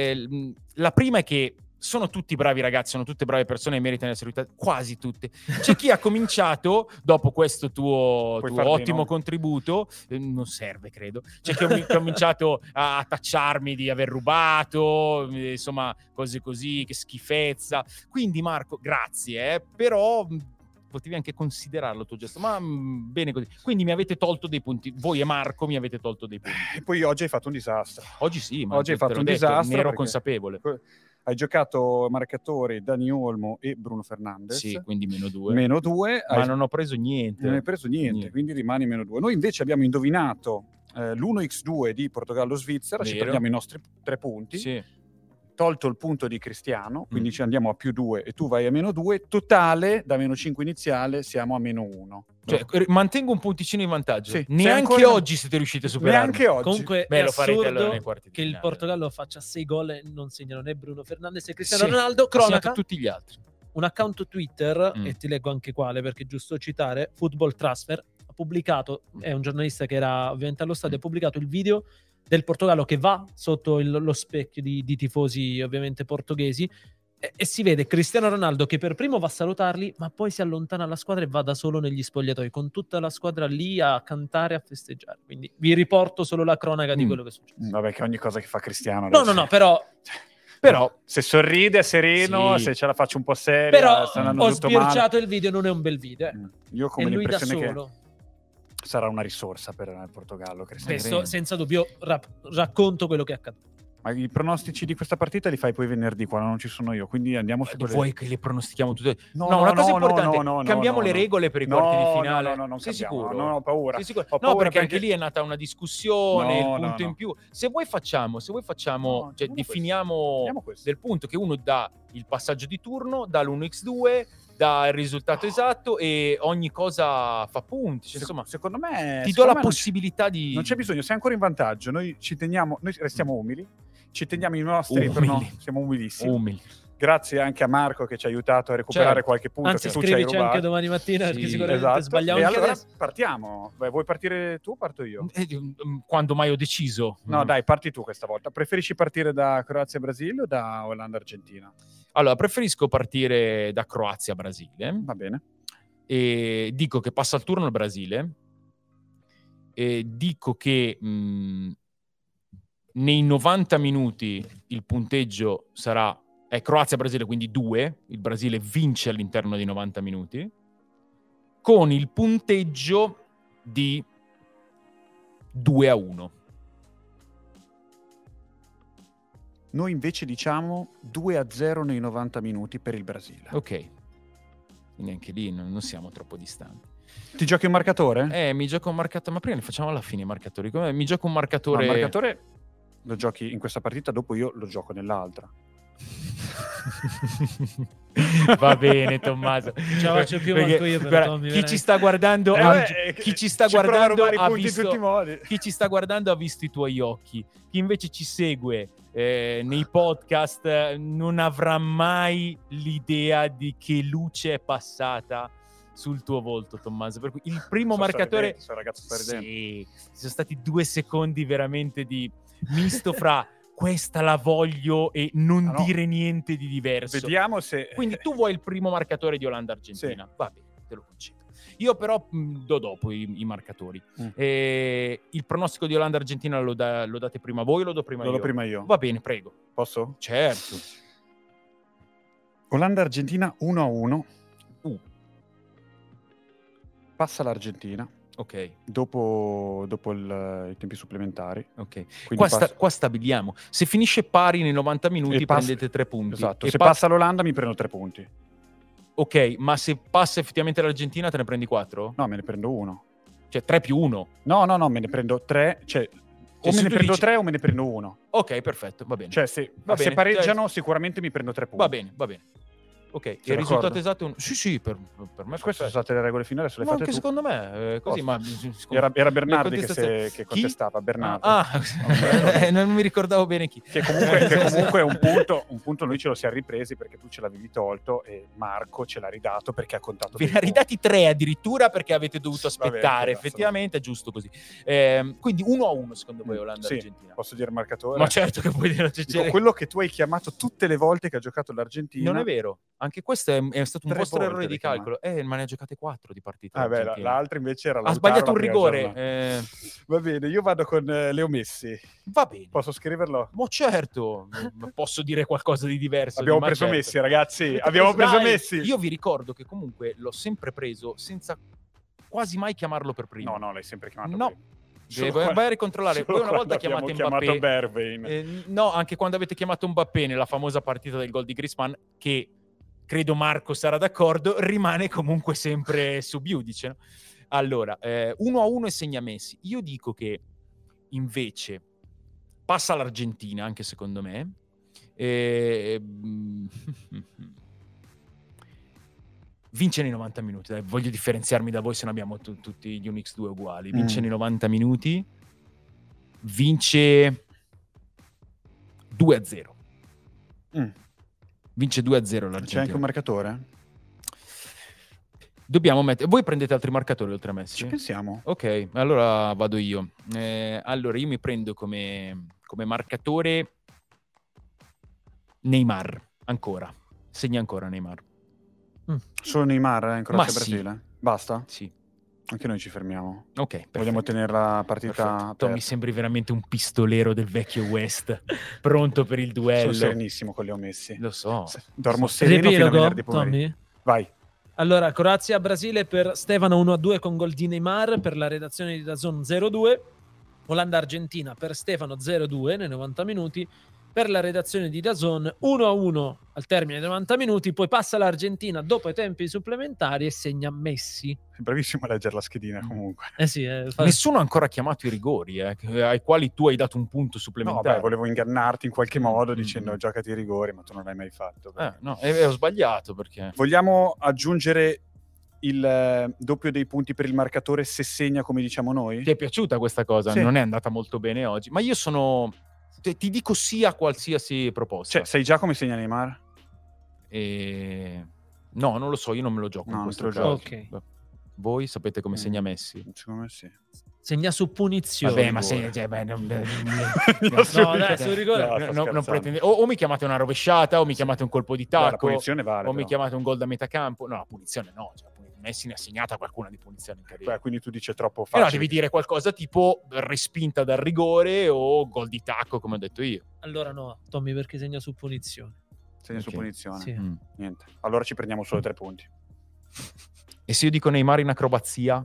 La prima è che sono tutti bravi ragazzi, sono tutte brave persone e meritano di essere aiutate, quasi tutte. C'è chi ha cominciato, dopo questo tuo ottimo contributo, non serve credo, c'è chi ha cominciato a tacciarmi di aver rubato, insomma cose così, che schifezza. Quindi Marco, grazie, però potevi anche considerarlo il tuo gesto, ma bene così. Quindi mi avete tolto dei punti, voi e Marco mi avete tolto dei punti. E poi oggi hai fatto un disastro. Oggi sì, ma oggi hai fatto un disastro. Ne ero consapevole. Hai giocato marcatori Dani Olmo e Bruno Fernandes. Sì, quindi -2. -2. Ma non ho preso niente. Non hai preso niente. Quindi rimani -2. Noi invece abbiamo indovinato l'1x2 di Portogallo-Svizzera, ci prendiamo i nostri 3 punti. Sì. Tolto il punto di Cristiano, quindi ci andiamo a +2 e tu vai a -2, totale da -5 iniziale siamo a -1. Cioè, mantengo un punticino in vantaggio. Sì, neanche oggi siete riusciti a superarmi. Neanche oggi. Comunque Beh, è lo farete assurdo allora nei quarti che il finale. Portogallo faccia 6 gol e non segnano né Bruno Fernandes e Cristiano Ronaldo. Cronaca, tutti gli altri. Un account Twitter, e ti leggo anche quale perché è giusto citare, Football Transfer, ha pubblicato, è un giornalista che era ovviamente allo stadio, ha pubblicato il video del Portogallo che va sotto lo specchio di tifosi ovviamente portoghesi E si vede Cristiano Ronaldo che per primo va a salutarli, ma poi si allontana alla squadra e va da solo negli spogliatoi, con tutta la squadra lì a cantare, a festeggiare. Quindi vi riporto solo la cronaca di quello che è successo. Vabbè, che ogni cosa che fa Cristiano... No, però se sorride, è sereno, Sì. se ce la faccio un po' seria... però sta andando ho tutto male. sbirciato il video, non è un bel video. Io ho E come lui da l'impressione che solo. sarà una risorsa per il Portogallo. Cristiano. Questo senza dubbio racconto quello che è accaduto. Ma i pronostici di questa partita li fai poi venerdì quando non ci sono io, quindi andiamo su quelle... Vuoi che le pronostichiamo tutte? No, una cosa no, importante, no, cambiamo le regole per i quarti di finale. No, non Sei cambiamo, sicuro? no, ho paura. Sei sicuro? Ho No, paura perché anche lì è nata una discussione, No, il punto no. in più. Se vuoi facciamo, No, cioè definiamo Andiamo questo. del punto che uno dà il passaggio di turno, dà l'1x2, dà il risultato esatto e ogni cosa fa punti. Cioè, insomma, secondo me... ti do secondo la me possibilità di... Non c'è bisogno, sei ancora in vantaggio. Noi ci teniamo, noi restiamo umili, ci teniamo i nostri... Umili. Siamo umilissimi. umili. Grazie anche a Marco che ci ha aiutato a recuperare Certo. qualche punto Anzi, che tu ci hai scrivici rubato. anche domani mattina, perché Sì, sicuramente Esatto. sbagliamo E anche allora adesso. partiamo. Beh, vuoi partire tu o parto io? Quando mai ho deciso? No, dai, parti tu questa volta. Preferisci partire da Croazia-Brasile o da Olanda-Argentina? Allora, preferisco partire da Croazia-Brasile. Va bene. E dico che passa il turno il Brasile. E dico che nei 90 minuti il punteggio sarà Croazia-Brasile, quindi 2. Il Brasile vince all'interno dei 90 minuti con il punteggio di 2-1. Noi invece diciamo 2-0 nei 90 minuti per il Brasile. Ok, quindi anche lì non siamo troppo distanti. Ti giochi un marcatore? Mi gioco un marcatore, ma prima li facciamo alla fine i marcatori. Mi gioco un No, marcatore. il marcatore lo giochi in questa partita, dopo io lo gioco nell'altra. Va bene, Tommaso. Ce la faccio più manco io, però, Tommy, chi veramente. ci sta guardando, chi ci sta guardando ha visto, in tutti i modi. chi ci sta guardando ha visto i tuoi occhi. Chi invece ci segue nei podcast non avrà mai l'idea di che luce è passata sul tuo volto, Tommaso. Per cui il primo marcatore, Ragazzo sta ridendo. sì, ci sono stati 2 secondi veramente di misto fra questa la voglio e non Ah, no. dire niente di diverso. Vediamo se... Quindi tu vuoi il primo marcatore di Olanda-Argentina. Sì. Va bene, te lo concedo. Io però do dopo i marcatori. Il pronostico di Olanda-Argentina lo date prima voi o lo do prima Lo io? do prima io. Va bene, prego. Posso? Certo. Olanda-Argentina 1-1. Passa l'Argentina Ok, dopo i tempi supplementari. ok. Quindi Qua stabiliamo. Se finisce pari nei 90 minuti E passa- prendete 3 punti. Esatto. E Se passa l'Olanda mi prendo 3 punti. Ok, ma se passa effettivamente l'Argentina te ne prendi 4? No, me ne prendo 1. Cioè 3 più 1. No, me ne prendo 3. Cioè, o se me ne tu prendo dici- 3 o me ne prendo 1. Ok, perfetto, va bene. Cioè, se Va bene, pareggiano sicuramente mi prendo 3 punti. Va bene, va bene. Ok, il Sei risultato d'accordo? esatto è un... Sì, per me è Queste sono perfetto. state le regole finali, adesso le Ma fate anche tu. secondo me, così, ma... Era Bernardi le contestazioni- che Chi? contestava. Bernardi. Non mi ricordavo bene chi. Che comunque un punto noi ce lo siamo ripresi perché tu ce l'avevi tolto e Marco ce l'ha ridato perché ha contato Ve dei ne ha ridati 3 addirittura perché avete dovuto Vabbè, aspettare, esatto. effettivamente è giusto così. Quindi 1-1 secondo voi punti. Olanda-Argentina? Sì, posso dire il marcatore? Ma certo che puoi dire Dico, quello che tu hai chiamato tutte le volte che ha giocato l'Argentina. Non è vero, anche questo è stato un 3 vostro volte errore di l'hai chiamato. calcolo. Ma ne ha giocate 4 di partite. Ah, beh, l'Argentina. l'altra invece era Ha Lautaro sbagliato un la prima rigore. giornata. Va bene, io vado con Leo Messi. Va bene. Posso scriverlo? Ma certo, posso dire qualcosa di diverso. Abbiamo di preso certo. Messi, ragazzi. Abbiamo preso Dai, Messi. Io vi ricordo che comunque l'ho sempre preso senza quasi mai chiamarlo per primo. No, l'hai sempre chiamato. No. prima. Solo Vai quando- a ricontrollare. solo Voi una volta quando chiamate abbiamo Mbappé. chiamato Bergwijn. No, anche quando avete chiamato Mbappé nella famosa partita del gol di Griezmann, che credo Marco sarà d'accordo, rimane comunque sempre sub iudice. No? Allora, 1-1 e segna Messi. Io dico che invece passa l'Argentina, anche secondo me. Vince nei 90 minuti. Dai, voglio differenziarmi da voi, se no abbiamo tutti gli Unix 2 uguali. Vince nei 90 minuti. Vince 2-0. Vince 2-0 l'Argentina. C'è anche un marcatore? Dobbiamo mettere... Voi prendete altri marcatori oltre a Messi? Ci pensiamo. Ok, allora vado io. Allora io mi prendo come marcatore Neymar, ancora. segna ancora Neymar. Solo Neymar in Croazia Ma sì. Brasile? Basta? Sì. Anche noi ci fermiamo. Ok, perfetto. Vogliamo tenere la partita Perfetto. aperta. Mi sembri veramente un pistolero del vecchio West, pronto per il Sono duello. serenissimo con le ho messi. Lo so. Dormo sereno fino a Riepilogo, venerdì pomeriggio. Tommy? Vai. Allora, Croazia-Brasile per Stefano 1-2 con gol di Neymar, per la redazione di DAZN 0-2. Olanda-Argentina per Stefano 0-2 nei 90 minuti. Per la redazione di DAZN 1-1 al termine dei 90 minuti. Poi passa l'Argentina dopo i tempi supplementari e segna Messi. Sei bravissimo a leggere la schedina comunque. Sì, Nessuno ha ancora chiamato i rigori, ai quali tu hai dato un punto No, supplementare. vabbè, volevo ingannarti in qualche modo Mm. dicendo giocati i rigori, ma tu non l'hai mai fatto. No, ho sbagliato perché... Vogliamo aggiungere il doppio dei punti per il marcatore se segna come diciamo noi? Ti è piaciuta questa cosa? Sì. Non è andata molto bene oggi, ma io sono... Ti dico sì a qualsiasi proposta. Cioè, sai già come segna Neymar? No, non lo so, io non me lo gioco No, in non questo te lo caso. giochi. Beh, voi sapete come segna Messi? Secondo me sì. segna su punizione. Vabbè, ma rigore. No, dai, sul rigore. No, sto non scherzando. pretende... o mi chiamate una rovesciata, o mi chiamate un colpo di Dai, la tacco, punizione vale. o mi però. chiamate un gol da metà campo. No, la punizione no. Cioè, Messi ne ha segnata qualcuna di punizione in carriera. Beh, quindi tu dici è troppo No, facile. devi dire qualcosa tipo respinta dal rigore o gol di tacco, come ho detto io. Allora no, Tommy, perché segna su punizione. Segna su Ok. punizione. Sì. Niente. Allora ci prendiamo solo 3 punti. E se io dico Neymar in acrobazia,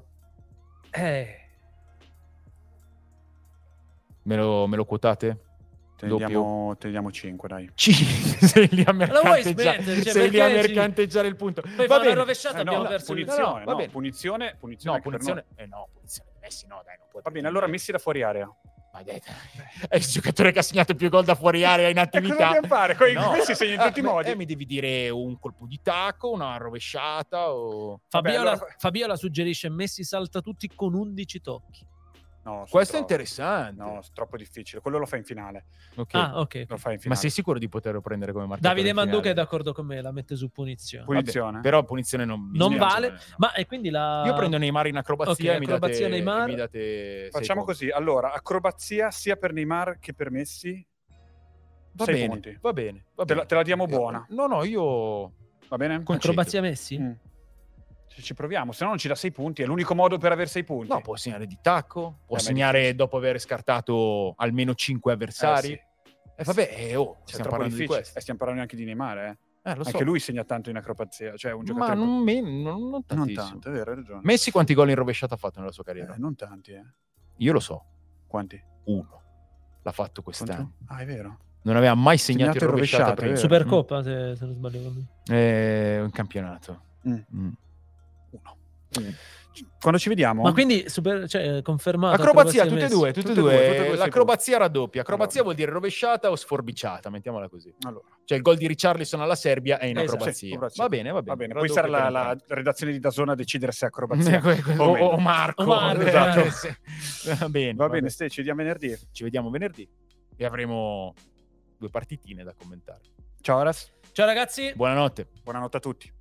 me lo quotate? Teniamo 5, dai. Sei lì a vuoi smettere? Cioè, sei lì a perché mercanteggiare il punto. Poi Va fa una bene. rovesciata, abbiamo no, perso il... punizione, va bene. punizione No, che per punizione. noi- Punizione di Messi no, dai, non può. Va bene, allora Messi da fuori area. Ma dai, è il giocatore che ha segnato più gol da fuori area in E cosa attività. dobbiamo fare? Messi segna in tutti i modi. Mi devi dire un colpo di tacco, una rovesciata o... Fabiola, Vabbè, allora- Fabiola suggerisce Messi salta tutti con 11 tocchi. No, sono Questo è troppo. interessante. No, è troppo difficile. Quello lo fa in finale. Ok. Ah, ok. Lo fa in Ma finale. sei sicuro di poterlo prendere come marcatore Davide in finale? Manduca è d'accordo con me, la mette su punizione. Punizione. Però punizione non Non piace, vale, no. ma e quindi la... Io prendo Neymar in acrobazia Ok, e mi acrobazia date, Neymar. e mi date Facciamo 6 così. Allora, acrobazia sia per Neymar che per Messi. Va 6 bene, punti. va bene, va Te bene. la diamo buona. No, io... Va bene? Concedo. Acrobazia Messi? Mm. Ci proviamo, se no non ci dà 6 punti. È l'unico modo per avere 6 punti. No, può segnare di tacco, può ma è segnare difficile. dopo aver scartato almeno 5 avversari. Sì. Vabbè, Cioè, stiamo troppo parlando di difficile. questo. Stiamo parlando anche di Neymar, Lo so. Anche lui segna tanto in acrobazia. Cioè, un Ma giocatore. non non tantissimo. tanto, è vero, hai ragione. Messi quanti gol in rovesciata ha fatto nella sua carriera? Non tanti, Io lo so, Quanti? 1. L'ha fatto quest'anno. Ah, è vero. Non aveva mai segnato in Segnato in rovesciata rovesciata, prima. è Supercoppa, se non sbaglio. Un campionato. Mm. 1. Quando ci vediamo? Ma quindi confermato Acrobazia, tutte e Messi. due, Tutte e due, sei L'acrobazia raddoppia. Acrobazia Allora. vuol dire rovesciata o sforbiciata, mettiamola così. Allora. Cioè il gol di Richarlison alla Serbia è in Esatto. acrobazia. Sì, acrobazia. Va bene. Va bene, poi Raddoppia sarà per la entrambi. redazione di Dazon a decidere se è acrobazia o, meno. o Marco. O Marco, esatto. Va bene. Va bene, Ste, ci vediamo venerdì. Ci vediamo venerdì e avremo 2 partitine da commentare. Ciao Aras, Ciao ragazzi. Buonanotte. buonanotte a tutti.